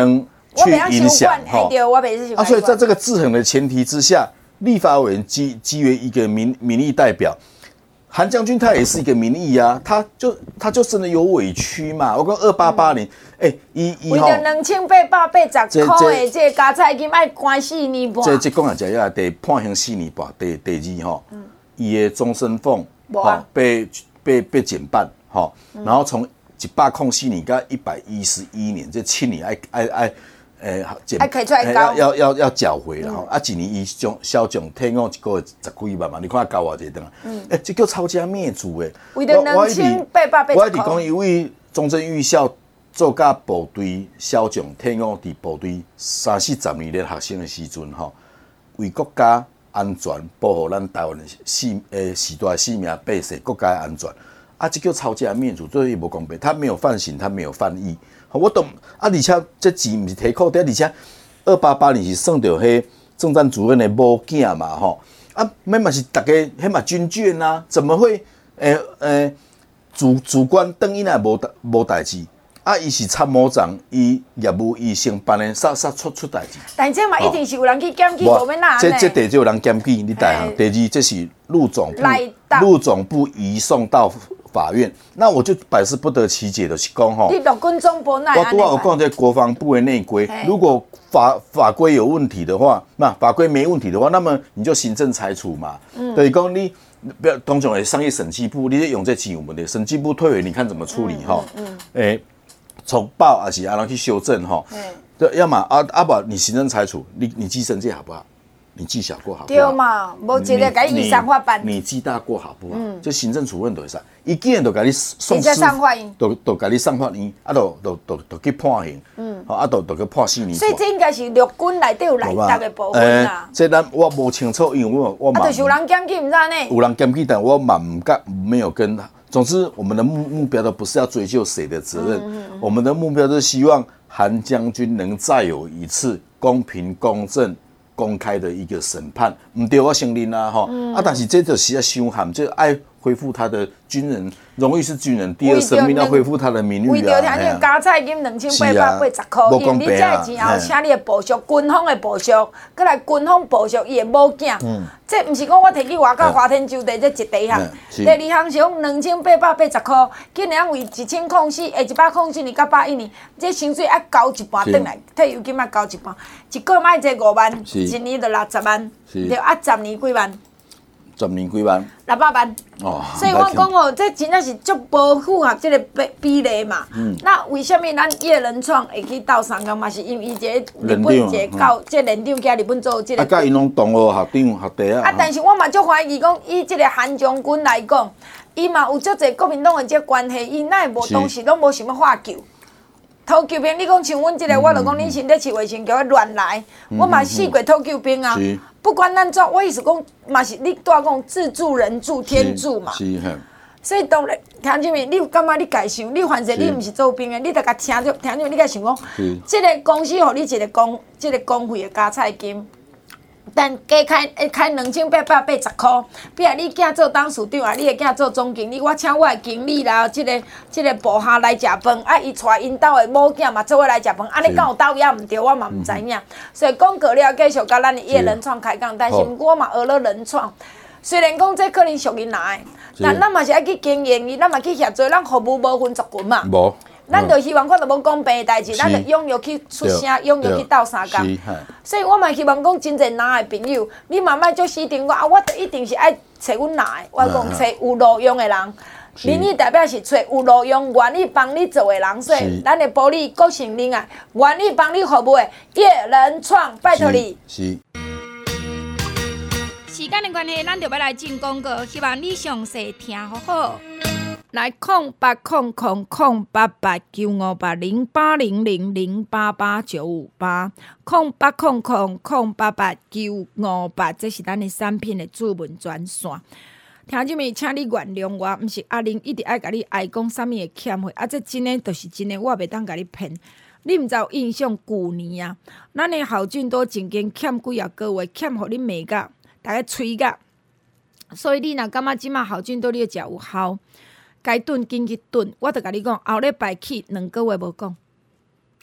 去影响哈。啊，所以在这个制衡的前提之下，立法委员基基于一个民民意代表。韩将军他也是一个民意啊，他就他就真的有委屈嘛。我讲二八八零，哎，伊伊为着两千八百八十块的这加菜金爱关四年半。 这这讲啊，就要得判刑四年半。第第二吼，伊的终身俸吼被被被减半吼，然后从一百零四年到一百一十一年，这七年爱爱爱。诶， 减要要要要缴回了吼，啊，一年伊奖小奖天五一个月十几万嘛，你看交偌济顿啊？诶，这叫抄家灭族诶！ 为了两千八百八十块， 我一直讲，因为中正预校做甲部队小将天五伫部队三四十年的学生的时阵吼，为国家安全保护咱台湾的性诶时代性命百姓国家的安全，啊，这叫抄家灭族，所以无公平。他没有犯刑，他没有犯意。我懂啊，而且这钱不是提扣的，而且二八八年是算到迄政战主任的某囝嘛吼，啊，那嘛是大家迄嘛军眷啊，怎么会诶诶、欸欸、主主官等伊若无无代志，啊，伊是参谋长，伊业务伊承办的，煞煞出出代志。 但这嘛一定是有人去检举，无免哪这这第一就有人检举，你大行；第二，这是陆总部陆总部移送到法院，那我就百思不得其解的是讲吼， 你陆军总部那我我有讲这国防部的内规，如果法法规有问题的话，那法规没问题的话，那么你就行政裁处嘛。嗯，等于讲你不要通常的商业审计部，你得用这钱有问题，审计部退回，你看怎么处理哈？嗯，诶、欸，重报还是让人去修正哈？嗯，对，要么啊啊不，你行政裁处，你你记审计好不好？你记小过好不好？ 对嘛，无一个给你上法办。 你记大过好不好？嗯，这行政主任都会啥？伊既然都给你送司，上法院， 都都给你上法院，啊，都都都都去判刑，嗯，啊，都都去判四年。 所以这应该是陆军内底有内搭的部分啦。 呃，这咱我无清楚，因为我我啊，就是有人检举，唔知呢？ 有人检举，但我嘛唔敢没有跟。总之，我们的目目标都不是要追究谁的责任，嗯嗯、我们的目标是希望韩将军能再有一次公平公正。公开的一个审判，唔对我承认啊，哈、嗯、啊，但是这就是要伤害，就爱恢复他的军人荣誉是军人，第二生命要恢复他的名誉啊。 为着听你加菜金两千八百八十块，因为你这钱后请你的部属，军方的部属，搁来军方部属伊的某囝，嗯、这唔是讲我摕去外口花天酒地这一第一项，第二项是讲两千八百八十块，竟然为一千空四，诶一百空四年到百一年，这薪水爱交一半转来，退休金爱交一半，一个月卖这五万。一年就六十万，就啊十年几万？ 十年几万？ 六百万。哦，所以我讲哦，这真正是足无符合这个比比例嘛。嗯。那为什么咱叶人创会去斗三工嘛？是因为伊这日本一个教这连长加日本做这个。 啊，甲因拢同学校长学弟啊。 啊，但是我嘛足怀疑讲，以这个韩将军来讲，伊嘛有足侪国民党的这关系，伊哪会无当时拢无想要化救？土救兵，你讲像阮即个，我就讲你先咧市卫生局乱来，我嘛试过土救兵啊。不管咱怎，我意思讲，嘛是你拄仔讲自助人助天助嘛。所以当然，听见没？你有感觉你家想，你反正你毋是做兵的，你得甲听着，听着，你甲想讲，即个公司互你一个工，即个工费的加菜金。但加开会开两千八百八十块，比如你囝做董事长啊，你的囝做总经理，我请我的经理啦，即、這个即、這个部下来食饭，啊，伊带因兜的某囝嘛做伙来食饭，安尼敢有斗也毋对，我嘛毋知影。嗯、所以讲过了，继续甲咱的叶人创开讲，但是毋过我嘛学了人创。虽然讲这可能属于哪的，但咱嘛是爱去经营伊，咱嘛去协助，咱服务无分族群嘛。无。咱就希望看到无公平的代志，咱就踊跃去出声，踊跃去斗相共。所以我嘛希望讲真侪男的朋友，你嘛莫做死定我啊！我就一定是爱找阮男的，我讲找有路用的人。民意代表是找有路用、愿意帮你做的人，所以咱的保利国信另外愿意帮你服务的叶人创，拜托你。是。时间的关系，咱就要来进广告，希望你详细听好好。来空八空空空八八九五八零八零零零八八九五八空八空空空八八九五八，这是咱的产品的主文专线。听众们，请你原谅我，毋是阿玲一直爱甲你爱讲啥物的欠费，啊，这真的就是真的，我袂当甲你骗。你毋知有印象旧年啊，咱的校俊都曾经欠几啊个月，欠互你骂甲，大家吹甲。所以你若感觉即马校俊都你食有效。该炖紧去炖，我著甲你讲，后礼拜起两个月无讲，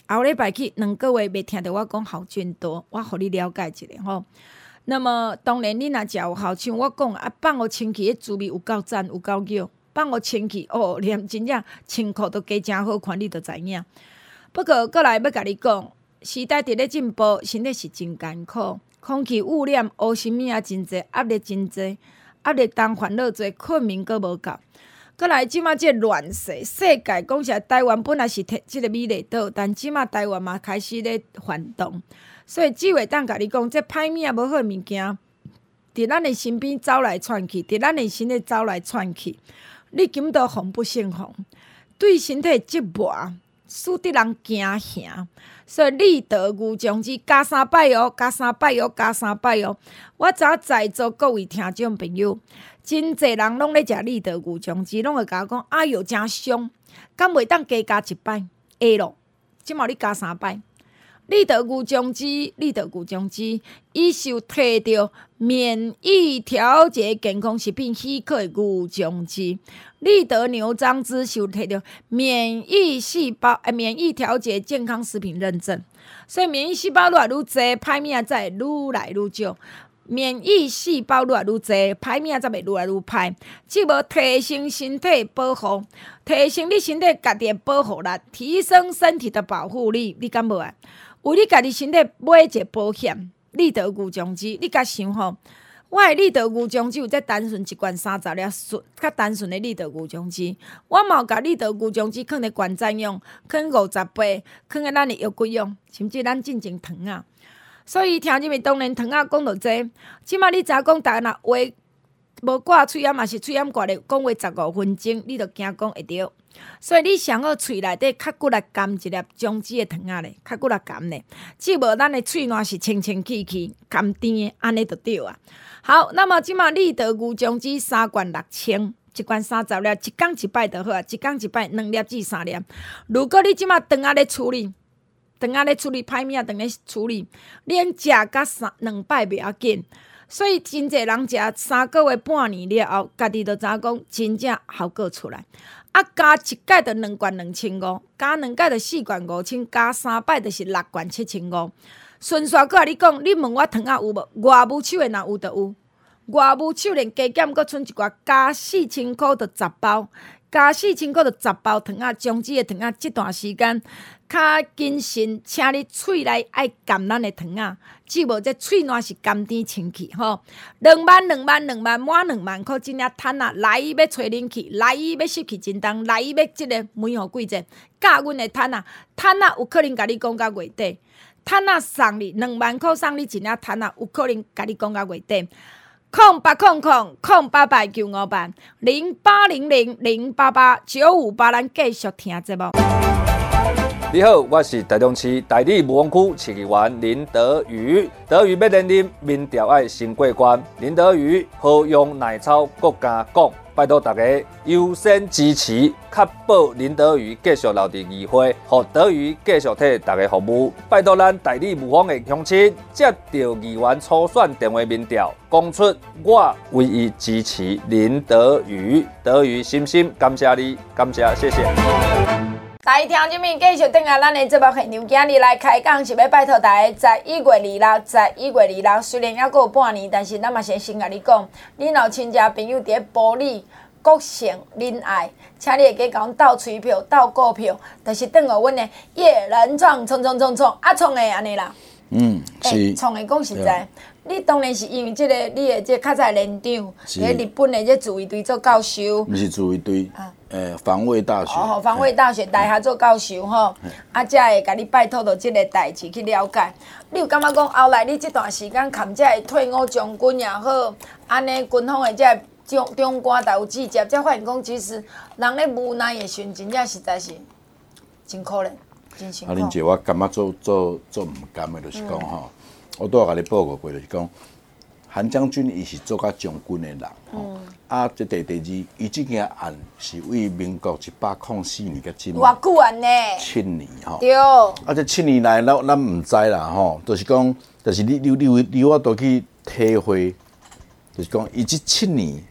后礼拜起两个月袂听到我讲好菌多，我互你了解一下吼。那么当然，你若食有效，像我讲啊，放互清气，迄滋味有够赞，有够妙。放互清气哦，连真正清苦都加真好看，你就知影。不过，过来要甲你讲，时代伫咧进步，身体是真艰苦，空气污染、乌什物啊真济，压力真济，压力重、烦恼济，困眠阁无够。过来，即马即乱世，世界讲实台湾本来是即个美丽岛，但即马台湾嘛开始咧反动，所以只会当甲你讲，即歹物啊无好物件，伫咱的身边走来窜去，伫咱的身体走来窜去。你根都防不胜防，对身体折磨，使得人惊吓。所以立德牛种子加三摆哦，加三摆哦，加三摆哦。我知影在座各位听众朋友，真侪人拢咧食立德牛种子，拢会甲我讲：哎哟，真香！敢袂当加加一摆？会咯，即毛你加三摆。立德牛种子，立德牛种子，伊是有摕到免疫调节健康食品许可的牛种子。立德牛樟汁是有摕到免疫细胞诶免疫调节健康食品认证，所以免疫细胞愈来愈侪，歹物才会愈来愈少。免疫细胞愈来愈侪，歹物才袂愈来愈歹。即无提升身体保护，提升你身体家己的保护力，提升身体的保护力，你敢无啊？为你家己身体买一个保险，立德牛种子，你甲想吼，我的立德牛种子有这单纯一罐三十粒纯，较单纯的立德牛种子，我嘛有甲立德牛种子放咧罐装用，放五十杯，放咧咱的药柜用，甚至咱进前糖啊。所以听入面当然糖啊讲到这，即马你知影讲，逐若话无挂喙炎，嘛是喙炎挂咧，讲话十五分钟，你着惊讲会着。所以你上好喙内底较骨力含一粒种子的糖仔咧，较骨力含咧，只无咱的喙烂是清清气气、甘甜的，安尼就对啊。好，那么即马立德牛种子三罐六千，一罐三十粒，一工一摆就好啊，一工一摆两粒至三粒。如果你即马肠仔咧处理，肠仔咧处理歹物仔，肠咧处理，你用食甲三两摆袂要紧。所以真侪人食三个月、半年了后，家己就知影讲真正效果出来。啊，加一摆就两罐两千五，加两摆就四罐五千，加三摆就是六罐七千五。顺续佫甲你讲，你问我糖仔有无？外母手的若有就有，外母手连加减佫剩一寡，加四千箍就十包，加四千箍就十包糖仔，种子的糖仔，这段时间较谨慎，请你喙内爱含咱的糖仔，只无这喙烂是甘甜清气吼。两万两万两万满两万块，真正趁啊！来伊要吹冷气，来伊要湿气真重，来伊要即个梅雨季节，教阮的趁啊，趁啊有可能甲你讲到月底，趁啊送你两万块送你真正趁啊，有可能甲你讲到月底。空八空空空八八九五八零八零零零八八九五八，咱继续听节目。 你好，我是台中市大理木工区市议员林德瑜。德瑜要连任民调爱先过关，林德瑜好用奶草国家讲，拜托大家优先支持，确保林德瑜继续留伫议会，让德瑜继续替大家服务。拜托咱大理木工的乡亲，接到议员初选电话民调，讲出我唯一支持林德瑜。德瑜深深感谢你，感谢谢谢。 大家听众们，继续等下咱的节目现场，今日来开讲是要拜托大家，十一月二六，十一月二六，虽然还有半年，但是咱嘛先先甲你讲，恁有亲戚朋友伫咧保利、国盛、仁爱，请你会加甲阮斗吹票、斗股票，就是等候阮的叶人创冲冲冲冲啊创的安尼啦。 嗯，是。 创的讲实在，你当然是因为即、这个你的即较早连长，伫日本的即自卫队做教授。 毋是自卫队。啊诶，防卫大学哦，防卫大学大学做教授吼，啊，才会甲你拜托到即个代志去了解。你有感觉讲后来你即段时间看这退伍将军也好，安尼军方的这中中官也有记者，才发现讲其实人咧无奈的时阵，真正实在是真可怜，真辛苦。 啊，恁姐，我感觉做做做毋甘的，就是讲吼，我都有甲你报告过，就是讲。韩将军伊是做甲将军的人，吼、嗯，啊，这第第二，伊即件案是为民国一百零四年甲今， 偌久啊呢？ 七年吼。 对。 啊，这七年来，咱咱毋知啦，吼，就是讲，就是你你你你我都去体会，就是讲，伊即七年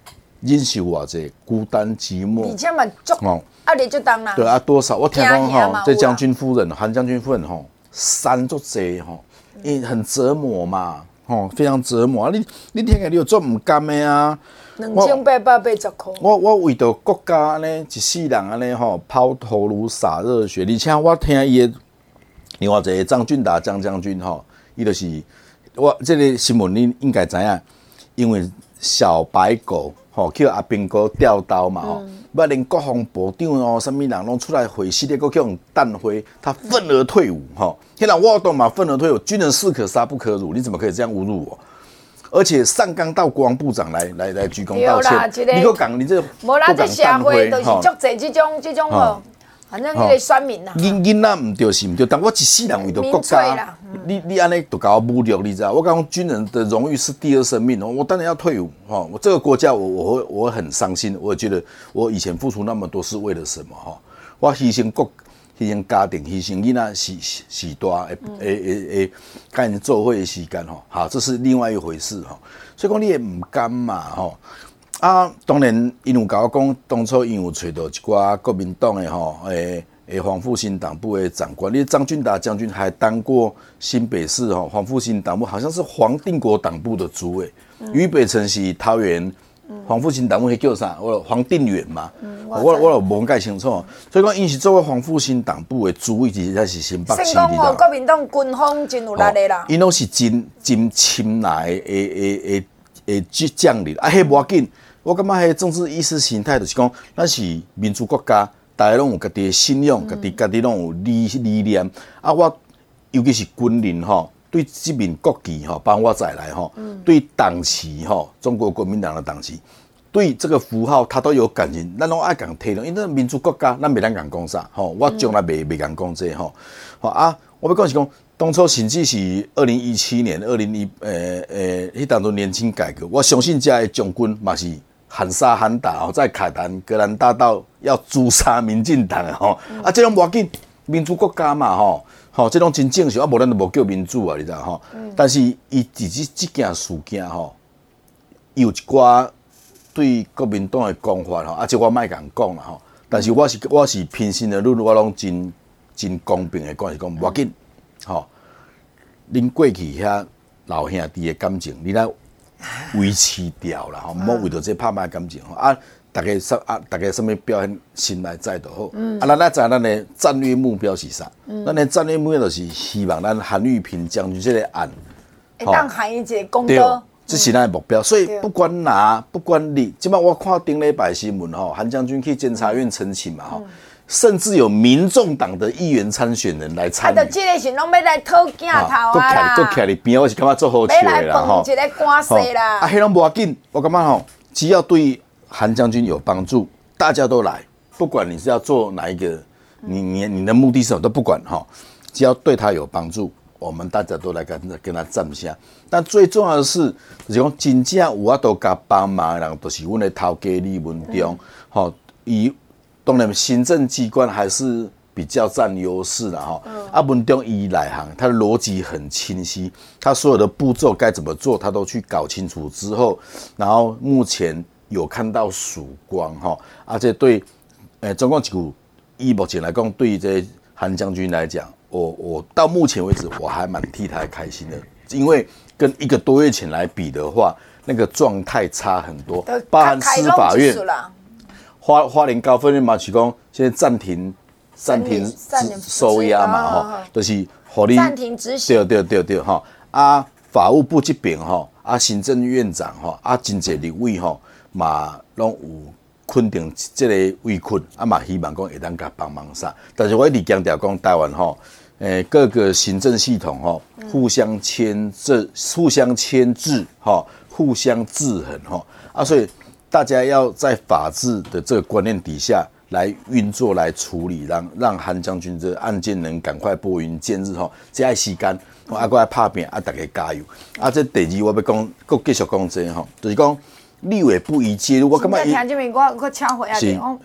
忍受偌济孤单寂寞， 而且嘛足压力足重啦。 对啊，多少我听讲吼，这将军夫人、 啊韩将军夫人吼，三足济吼，因为很折磨嘛，吼，非常折磨。啊，你你听起来你有做唔甘的啊？ 两千八百八十块。 我我为着国家安尼一世人安尼吼，抛头颅洒热血，而且我听伊的另外一个张俊达张将军吼，伊就是我这个新闻你应该知影，因为小白狗。吼，叫阿兵哥吊刀嘛吼，要连国防部长哦，什么人拢出来回信的，搁叫用弹灰，他愤而退伍吼。现在我懂嘛，愤而退伍，军人士可杀不可辱，你怎么可以这样侮辱我？而且上纲到国防部长来来来鞠躬道歉，你搁讲你这无啦，这社会都是足侪这种这种吼。反正迄个选民啦， 囡囡仔唔对是唔对，但我一世人为着国家，你你安尼就搞我侮辱，你知道？我讲军人的荣誉是第二生命哦，我当然要退伍哈。我这个国家我我会我会很伤心，我觉得我以前付出那么多是为了什么哈？我牺牲国、牺牲家庭、牺牲囡仔时时代诶诶诶诶，跟人做伙的时间哈，好，这是另外一回事哈。所以讲你也唔甘嘛哈。啊，当然，因有甲我讲，当初因有找到一寡国民党的吼，诶诶，黄复兴党部的长官，你张俊达将军还当过新北市吼黄复兴党部，好像是黄定国党部的主委，俞、嗯、北辰是桃园黄复兴党部，迄叫啥？我黄定远嘛，嗯、我我我无解清楚，所以讲因是作为黄复兴党部的主委，其实才是新北市。 先讲哦，国民党军方真有力的啦， 因拢是真真亲来的诶诶诶诶将领，啊，迄无要紧。我感觉迄政治意识形态就是讲，咱是民主国家，大家拢有家己的信仰，家己家己拢有理理念。啊，我尤其是军人吼，对这面国旗吼，帮我再来吼，嗯、对党旗吼，中国国民党的党旗，对这个符号，他都有感情，咱拢爱讲体谅，因为民主国家，咱袂当讲讲啥吼，我从来袂袂讲讲这吼，吼啊，我要讲是讲。当初甚至是二零一七年、二零一呃呃，迄当初年轻改革，我相信这些将军嘛是喊杀喊打哦，在凯坛格兰大道要诛杀民进党的吼，嗯、啊，这种无要紧，民主国家嘛吼，吼，这种真正常啊，无咱就无叫民主啊，你知道吼？嗯、但是伊自己这件事件吼，有一寡对国民党的讲法吼，啊，这我莫讲讲啦吼，但是我是我是平心而论，我拢真真公平的讲是讲无要紧。吼，恁过去遐老兄弟的感情，你来维持掉啦，吼，唔好为着这拍卖感情吼啊！大家什啊，大家什么表现心内在就好。嗯、啊，咱来知咱的战略目标是啥？嗯、咱的战略目标就是希望咱韩玉平将军这个案， 会当还一个公道。 这是咱的目标，所以不管拿不管你，即摆我看顶礼拜新闻吼，韩将军去监察院澄清嘛吼。嗯甚至有民众党的议员参选人来参与， 啊，就这个是拢要来讨镜头啊啦， 搁徛伫边，我是感觉做好笑的啦吼。要来分一个官司啦。 啊，迄拢无要紧，我感觉吼，只要对韩将军有帮助，大家都来，不管你是要做哪一个，你你你的目的是什么都不管哈，只要对他有帮助，我们大家都来跟跟他站下。但最重要的是，就是讲真正有法度甲帮忙的人，都是阮的头家李文忠，吼、嗯，伊。当然，行政机关还是比较占优势的哈。嗯、啊，文中伊来行，他的逻辑很清晰，他所有的步骤该怎么做，他都去搞清楚之后，然后目前有看到曙光哈。而且对，呃，中共几股，以目前来讲，对于这韩将军来讲，我我到目前为止我还蛮替他开心的，因为跟一个多月前来比的话，那个状态差很多，包含司法院。花花莲高分院嘛，是讲现在暂停暂停收押嘛，吼，就是互你暂停执行。 对对对对，吼啊，法务部这边吼，啊，行政院长吼，啊，真侪立委吼，嘛拢有肯定这个围困，啊嘛希望讲会当甲帮忙啥。但是我一直强调讲，台湾吼，诶，各个行政系统吼，互相牵制、互相牵制，吼，互相制衡，吼啊，所以。大家要在法治的这个观念底下来运作、来处理，让让韩将军这案件能赶快拨云见日吼。这爱时间，啊，搁爱拍拼，啊，大家加油。啊，这第二我要讲，搁继续讲这吼，就是讲立委不宜介入。我感觉听这边我我请回啊， 是是，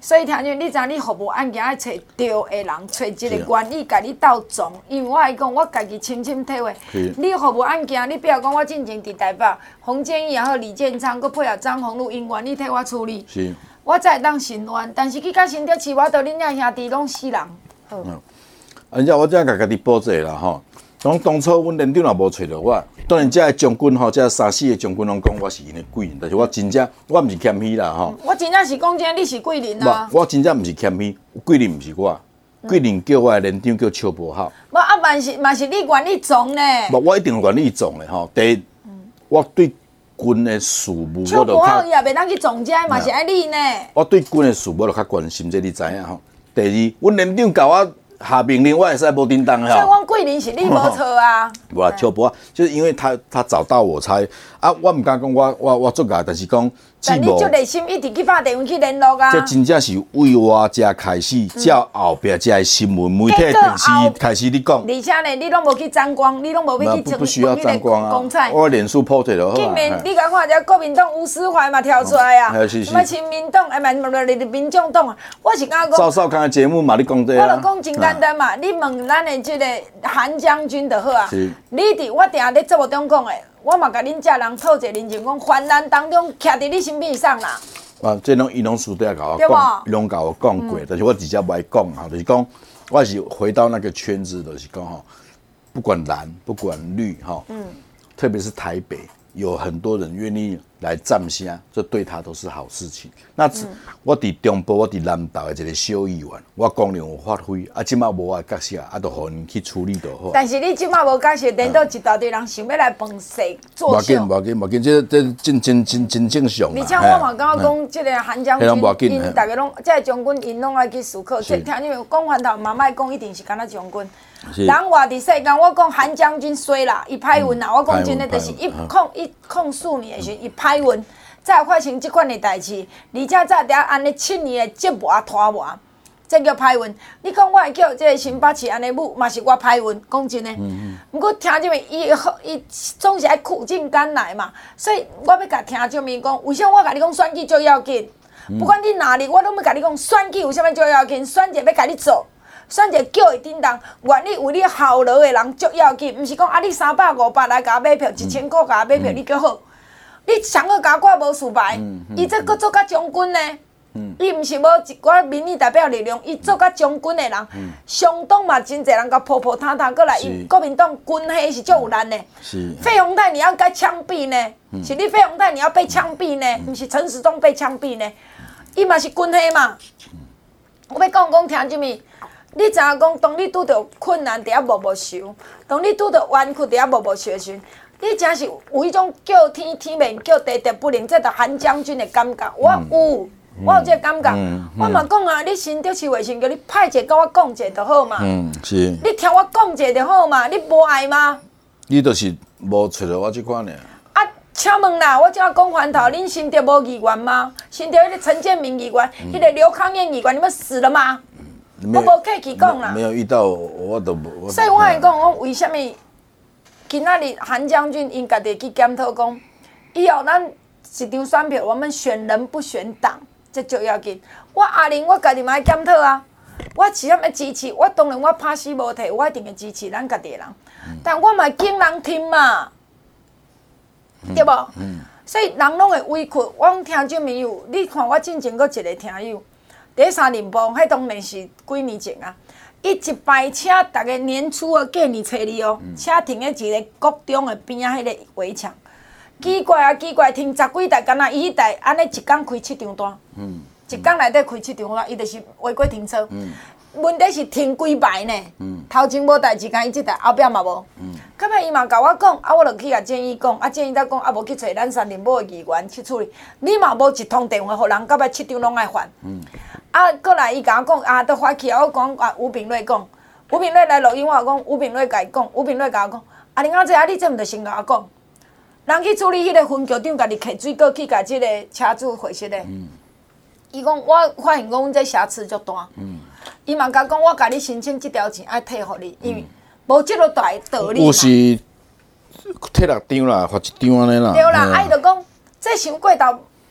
所以听众，你知影你服务案件爱找对的人，找一个愿意甲你斗总。因为我来讲，我家己深深体会，你服务案件，你比如讲我进前伫台北，洪建义也好，李建昌，佮配合张宏禄，因愿意替我处理， 是， 我才会当申冤。但是去到新竹市，我到恁遐兄弟拢死人。好， 而且我只甲家己补这啦吼。当当初阮连长也无找着我，当然这将军吼，这三四个将军拢讲我是因的贵人，但是我真正我毋是谦虚啦吼。 我真正是讲真，你是贵人啊。 无，我真正毋是谦虚，贵人毋是我，贵人叫我的连长叫邱伯浩。 无啊，嘛是嘛是你愿意总呢？ 无，我一定愿意总的吼。第一，我对军的事务， 邱伯浩伊也袂当去总监，嘛是爱你呢。 我对军的事务就较关心，这你知影吼。第二，阮连长教我。下命令我会使无叮当哈， 所以我桂林是你无错啊。 无啊，邱伯就是因为他他找到我才啊，我唔敢讲我我我作假，但是讲但你就热心一直去打电话去联络啊。 这真正是为我才开始，照后壁才的新闻媒体电视开始你讲。 而且呢，你拢无去沾光，你拢无要去不不需要沾光啊。 公菜， 我脸书 po 就好。 竟然你甲看者国民党吴思怀嘛跳出来啊，什么亲民党哎，唔唔唔，民众党啊，我是感觉讲。 赵少康的节目嘛，你讲这啊。 我就讲真简单嘛，你问咱的这个韩将军就好啊。你伫我定下咧节目中讲的。我嘛甲恁遮人讨一个人情，讲患难当中徛伫你身边上啦。 啊，这拢伊拢私底下甲我讲，伊拢甲我讲过，嗯、但是我直接不爱讲哈，就是讲，我是回到那个圈子，就是讲哈，不管蓝不管绿哈，嗯，特别是台北，有很多人愿意来站下，这对他都是好事情。那、嗯、我伫中部，我伫南投的一个小议员，我功能有发挥，啊，即马无我角色，啊，就互人去处理就好。 但是你即马无角色，等到一大堆人想要来帮谁作秀。 无要紧，无要紧，无要紧，这这真真真真正常而且我嘛感觉讲，即个韩将军，因大家拢，即个将军，因拢爱去思考。即听你们讲完头，嘛莫讲一定是敢若将军。人活伫世间，我讲韩将军衰啦，伊歹运啦。我讲真诶，就是一控一控数年的时，伊歹运。才有发生即款的代志，而且才伫安尼七年的折磨拖磨，这叫歹运。你讲我会叫这个新北市安尼母，嘛是我歹运，讲真诶。毋过听这面伊伊总是爱苦尽甘来嘛，所以我要甲听这面讲，为什么我甲你讲选举最要紧？不管你哪里，我拢要甲你讲选举有啥物最要紧？选者要甲你做，选者叫会叮当，愿意为你效劳的人最要紧，毋是讲啊你三百五百来甲我买票，一千块甲我买票，你叫好。你上好甲我无事牌，伊这搁做甲将军呢？伊毋是无一寡民意代表力量，伊做甲将军的人，相当嘛真侪人甲破破摊摊过来，因国民党军黑是足有力的。费鸿泰你要该枪毙呢？是你费鸿泰你要被枪毙呢？毋是陈时中被枪毙呢？伊嘛是军黑嘛？我要讲讲听即面，你知影讲，当你拄着困难，伫遐默默受；当你拄着冤屈，伫遐默默受时。你真是有迄种叫天天命，叫地地不灵，这着韩将军的感觉。我有，我有这感觉。我嘛讲啊，你新竹市卫生局，你派一个甲我讲者就好嘛。嗯，是。你听我讲者就好嘛，你无爱吗？ 你就是无找到我这款呢。 啊，请问啦，我怎讲翻头？恁新竹无议员吗？新竹迄个陈建明议员，迄个刘康燕议员，你们死了吗？我无客气讲啦。 没有遇到，我都无。 所以我来讲，我为什么？今仔日韩将军因家己去检讨讲，以后咱一张选票，我们选人不选党，这最要紧。我阿玲我家己嘛爱检讨啊，我是啥物支持？我当然我拍死无退，我一定会支持咱家己的人。嗯、但我嘛敬人听嘛，嗯、对无？嗯、所以人拢会委屈。我听众朋友，你看我进前阁一个听友，第三联邦，迄当然是几年前啊。伊一排车，逐个年初的过年初二哦，车停在一个国中的边仔迄个围墙。奇怪啊，奇怪，停十几台，敢若伊迄台安尼一工开七张单，嗯、一工内底开七张单，伊就是违规停车。嗯、问题是停几排呢？嗯、头前无代志，甲伊即台后壁嘛无。到尾伊嘛甲我讲，啊，我就去甲建议讲，啊，建议才讲，啊，无去找咱三林某的议员去处理。你嘛无一通电话，互人到尾七张拢爱还。嗯啊，过来伊甲我讲，啊，都发起啊！我讲啊，吴炳瑞讲，吴炳瑞来录音，我讲吴炳瑞甲伊讲，吴炳瑞甲我讲，啊，林仔姐啊，你这毋着先甲我讲，人去处理迄个分局长，家己摕水果去甲即个车主回息咧。伊讲我发现讲，阮这瑕疵足大。伊嘛甲讲，我甲你申请即条钱爱退互你，因为无即个大道理嘛。有是摕六张啦，罚一张安尼啦。 对啦，啊伊就讲，这伤过头。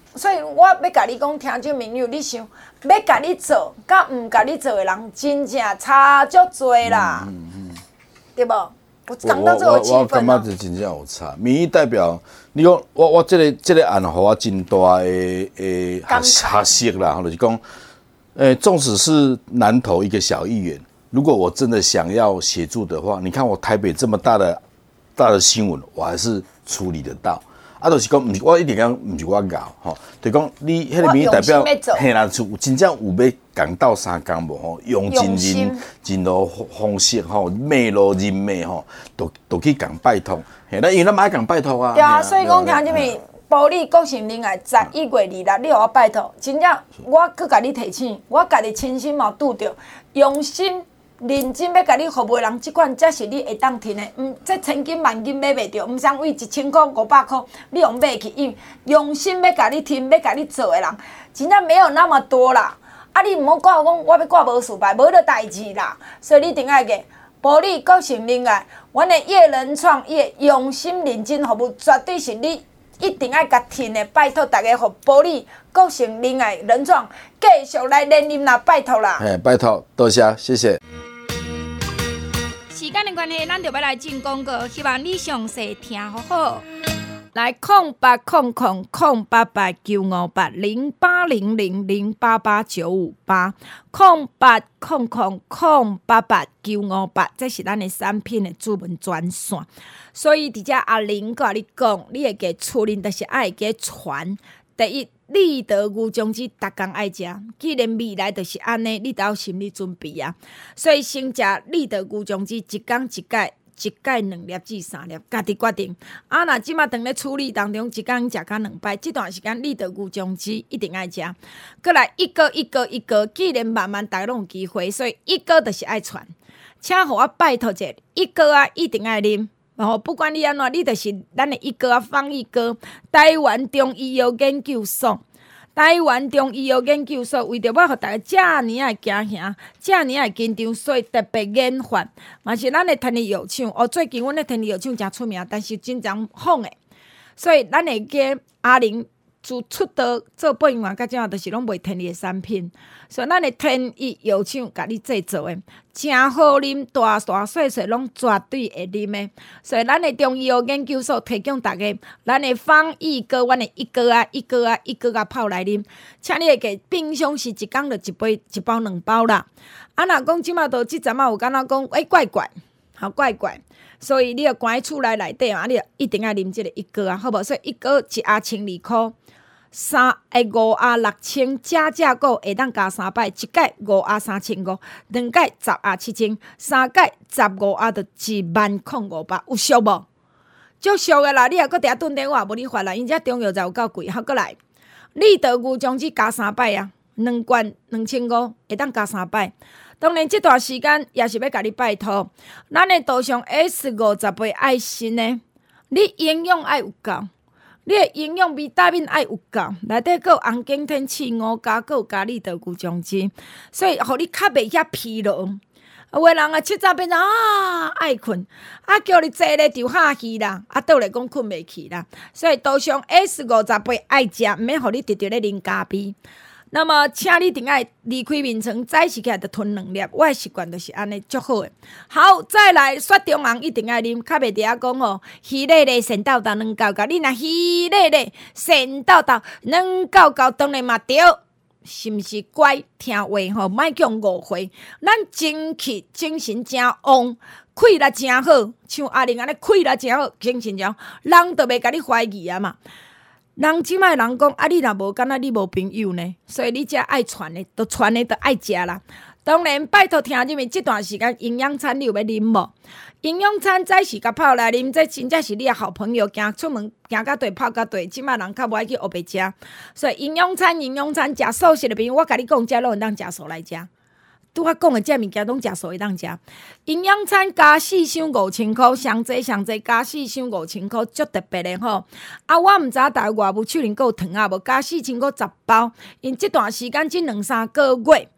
所以我要甲你讲，听众朋友，你想要甲你做，甲毋甲你做的人，真正差足多啦，嗯嗯嗯、对无？我讲到这个气氛、啊、 我我感觉就真正有差。民意代表，你讲我我这个这个案，互我真大的诶学学习啦，就是讲，诶，纵使是南投一个小议员，如果我真的想要协助的话，你看我台北这么大的大的新闻，我还是处理得到。啊，就是讲，毋是我一定讲，毋是我搞吼，就讲你迄个民意代表，嘿啦，就真正有要讲到三讲无吼，用真人真路方式吼，马路人脉吼，都都去讲拜托，嘿，咱因为咱嘛爱讲拜托啊。 对啊，所以讲听这边，保利国庆另外十一月二六，你互我拜托，真正我搁甲你提醒，我家己亲身嘛拄着，用心。认真要甲你服务的人，即款才是你会当听的。嗯，这千金万金买袂着，毋通为一千块、五百块你用买去，因为用心要甲你听、要甲你做的人，真正没有那么多啦。啊，你毋好挂讲我要挂无事牌，无了代志啦。所以你一定爱个保利国庆另外，阮的业人创业用心认真服务，绝对是你一定爱甲听的。拜托大家，互保利国庆另外人创继续来连任啦，拜托啦。 哎，拜托，多谢，谢谢。 时间的关系，咱就要来进广告，希望你详细听好好。来，空八空空空八八九五八零八零零零八八九五八，空八空空空八八九五八，这是咱的产品的主文专线。所以，伫遮阿玲甲你讲，你会加厝人，就是爱加传。第一，立德牛种子，逐工爱食。既然未来就是安尼，你都要心理准备啊。所以先食立德牛种子，一工一盖，一盖两粒至三粒，家己决定。啊，若即马当咧处理当中，一工食到两摆，这段时间立德牛种子一定爱食。过来一个一个一个，既然慢慢大家拢有机会，所以一个就是爱传。请互我拜托者，一个啊一定爱啉。哦，不管你安怎，你就是咱的一哥啊，方一哥，台湾中医药研究所，台湾中医药研究所为着要互大家遮尼啊行行，遮尼啊紧张，所以特别研发，嘛是咱的天然药厂。哦，最近阮的天然药厂真出名，但是真常仿的，所以咱会记阿玲自出道做播音员，到怎啊，就是拢卖天然的产品，所以咱的天益药厂甲你制作的，真好啉，大大细细拢绝对会啉的。所以咱的中医药研究所提供大家，咱的方益哥，阮的一哥啊，一哥啊，一哥啊泡来啉，请你会记冰箱是一工就一杯一包两包啦。啊，若讲即马到即阵啊，有敢若讲哎怪怪，好怪怪。所以你要关喺厝内内底啊，你一定要啉即个一哥啊，好无？所以一哥一盒千二箍。三个五盒六千，加价购会当加三摆，一届五盒三千五，两届十盒七千，三届十五盒就一万空五百，有俗无？足俗的啦！你若搁伫遐顿电话，无你发啦，因遮中药材有够贵，好过来，立德牛种子加三摆啊，两罐两千五，会当加三摆。当然，这段时间也是要甲你拜托，咱的道上 S 五十倍爱心呢，你营养爱有够。你的营养维他命爱有够，内底还有红景天、刺五加，还有加立德牛种子，所以互你较袂遐疲劳。有诶人啊，七早变成啊爱困，啊叫你坐咧就哈气啦，啊倒来讲困袂去啦。所以多上 S 五十倍爱食，毋免互你直直咧啉咖啡。那么，请你一定爱离开眠床，早起起来就吞两粒。我的习惯就是安尼，足好诶。好，再来雪中红一定爱啉，较袂伫遐讲吼，鱼咧咧咸豆豆软厚厚，你若鱼咧咧咸豆豆软厚厚，当然嘛对，是毋是乖听话吼？莫叫误会，咱精气精神真旺，气力真好，像阿玲安尼气力真好，精神真好，人都袂甲你怀疑啊嘛。人即摆人讲啊，你若无敢若你无朋友呢，所以你才爱传的，都传的都爱食啦。当然，拜托听入面这段时间营养餐你有要啉无？营养餐早时甲泡来啉，这真正是你的好朋友。行出门行到对泡到对，即摆人较无爱去学白食，所以营养餐营养餐食素食的朋友，我甲你讲，遮拢会当食素来食。拄我讲的这物件拢食素会当食，营养餐加四箱五千块，上济上济加四箱五千块，足特别的吼。啊，我毋知影大外务手里还有糖啊无？加四千块十包，因这段时间这两三个月，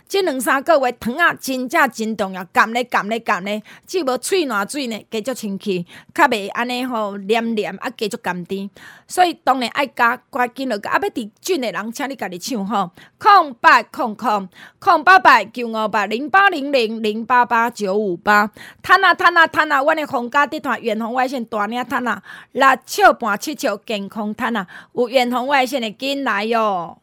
即两三个月糖啊，真正真重要，含咧含咧含咧，只无喙烂水呢，加足清气，较袂安尼吼黏黏啊，加足甘甜。所以当然爱加，赶紧落加。啊，要伫准的人，请你家己唱吼，空八空空空八八九五八零八零零零八八九五八。摊啊摊啊摊啊，阮的皇家集团远红外线大领摊啊，六笑半七笑健康摊啊，有远红外线的紧来哟。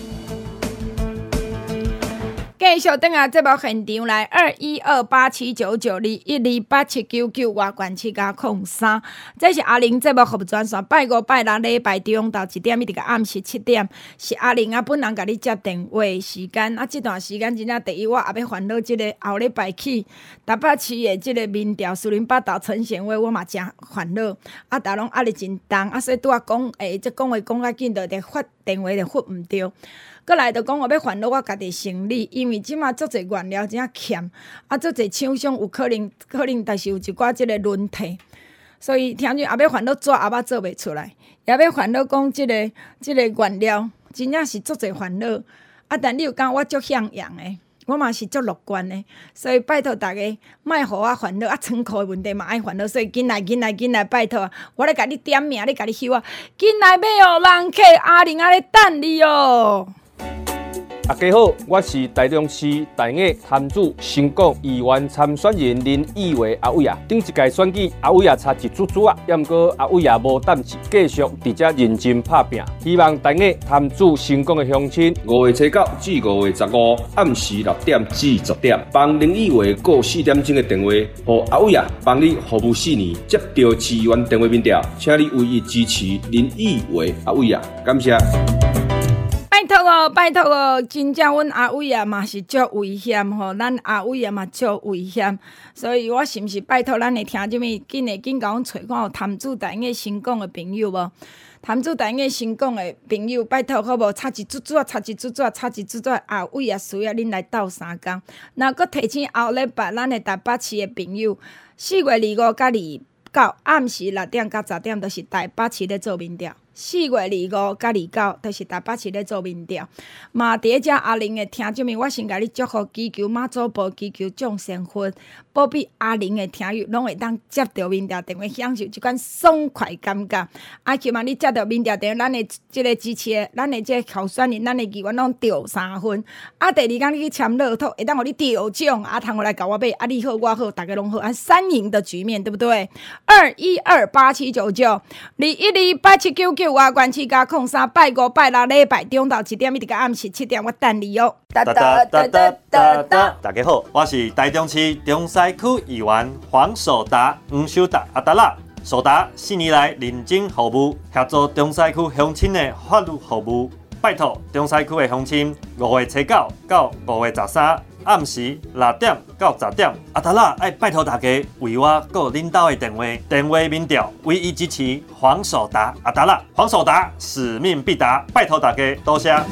继续等下节目现场来二一二八七九九二一二八七九九外管七加空三，这是阿玲节目服务专线，拜五拜六礼拜中到一点，一直到暗时七点，是阿玲啊本人甲你接电话的时间。啊，这段时间真正第一，我也要烦恼这个后礼拜起台北市的这个民调四零八岛陈贤伟，我嘛真烦恼。啊，大拢压力真重，啊，所以拄啊讲，诶，这讲话讲较紧，就得发电话就发毋着。过来就讲我要烦恼我家己生理，因为即马足侪原料真正欠，啊足侪厂商有可能可能，但是有一寡即个轮替，所以听见也要烦恼纸也捌做袂出来，也要烦恼讲即个即个原料真正是足侪烦恼。啊，但你有讲我足向阳的，我嘛是足乐观的，所以拜托大家莫互我烦恼，啊仓库的问题嘛爱烦恼，所以紧来紧来紧来，拜托，我咧甲你点名，咧甲你休啊，紧来买哦，人客阿玲啊咧等你哦。 大家好，我是台中市大雅潭子成功议员参选人林义伟阿伟啊。顶一届选举，阿伟啊差一组组啊，也毋过阿伟啊无胆气，继续伫遮认真拍拼。希望大雅潭子成功的乡亲，五月初九至五月十五暗时六点至十点，帮林义伟过四点钟的电话，互阿伟啊帮你服务四年，接到市议员电话民调，请你唯一支持林义伟阿伟啊，感谢。 拜托哦，拜托哦，真正阮阿伟啊嘛是足危险吼，咱阿伟啊嘛足危险，所以我是毋是拜托咱的听众们，紧诶紧甲阮找看有潭子大雅成功的朋友无？潭子大雅成功的朋友，拜托好无？插一组组啊，插一组组啊，插一组组啊，阿伟啊需要恁来斗三工。那搁提醒后礼拜咱的台北市的朋友，四月二五甲二九暗时六点到十点，都是台北市咧做民调。四月二五甲二九，都是台北市咧做民调。嘛，伫遮阿玲的听众们，我先甲你祝福祈求妈祖保祈求众生福，保庇阿玲的听友拢会当接到民调电话，享受即款爽快感觉。啊，希望你接到民调电话，咱的即个支持的，咱的即个候选人，咱的议员拢得三分。啊，第二天你去签乐透，会当互你得奖，啊，通我来甲我买，啊，你好我好，大家拢好，啊，三赢的局面，对不对？二一二八七九九，二一二八七九九。外关七加空三，拜五拜六礼拜中到一点，一直到暗时七点，我等你哦。 哒哒哒哒哒哒！大家好，我是台中市中西区议员黄守达、黄守达阿达拉。守达四年来认真服务，协助中西区乡亲的法律服务。拜托中西区的乡亲，五月初九到五月十三。暗时六点到十点，阿达拉爱拜托大家为我个领导的电话，电话民调唯一支持黄守达阿达拉，黄守达使命必达，拜托大家多谢。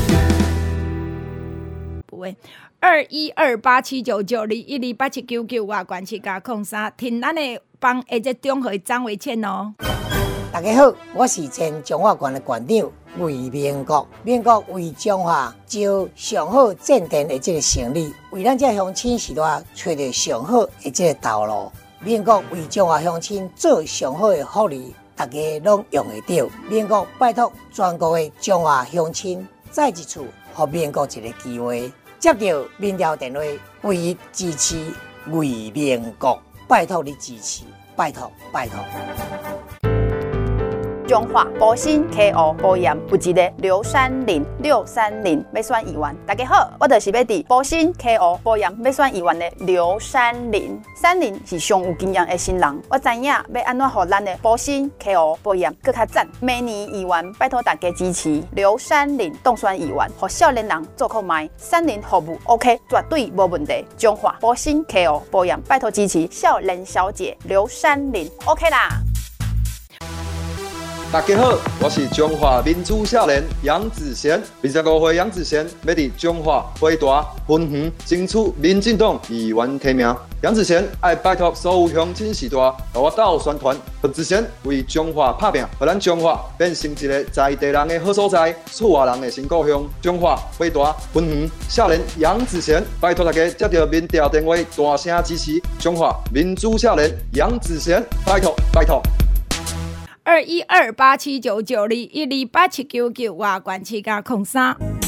不会，二一二八七九九二一二八七九九外关七加空三，听咱的帮下只中和张维倩哦。 大家好，我是前中华县的县长魏明国。民国为中华招上好正电的这个成立，为咱这乡亲时代找到上好的这个道路。民国为中华乡亲做上好的福利，大家拢用得到。民国拜托全国的中华乡亲，再一次给民国一个机会，接到民调电话，唯一支持魏明国，拜托你支持，拜托拜托。 中华保新 K O 保盐有一个刘山林，六三零要选议员。大家好，我就是要伫保新 K O 保盐要选议员的刘山林。山林是上有经验的新人，我知影要安怎互咱的保新 K O 保盐更较赞。明年议员拜托大家支持刘山林当选议员，互少年人做购买，山林服务 OK， 绝对无问题。中华保新 K O 保盐拜托支持少年小姐刘山林 OK 啦。 大家好，我是中华民主少年杨子贤。二十五岁杨子贤要伫中华回大分园争取民进党议员提名。杨子贤爱拜托所有乡亲时代，和我斗宣传，让子贤为中华打拼，让咱中华变成一个在地人的好所在，厝外人的新故乡。中华回大分园少年杨子贤，拜托大家接到民调电话，大声支持中华民主少年杨子贤，拜托拜托。 二一二八七九九二一二八七九九外关七加空三。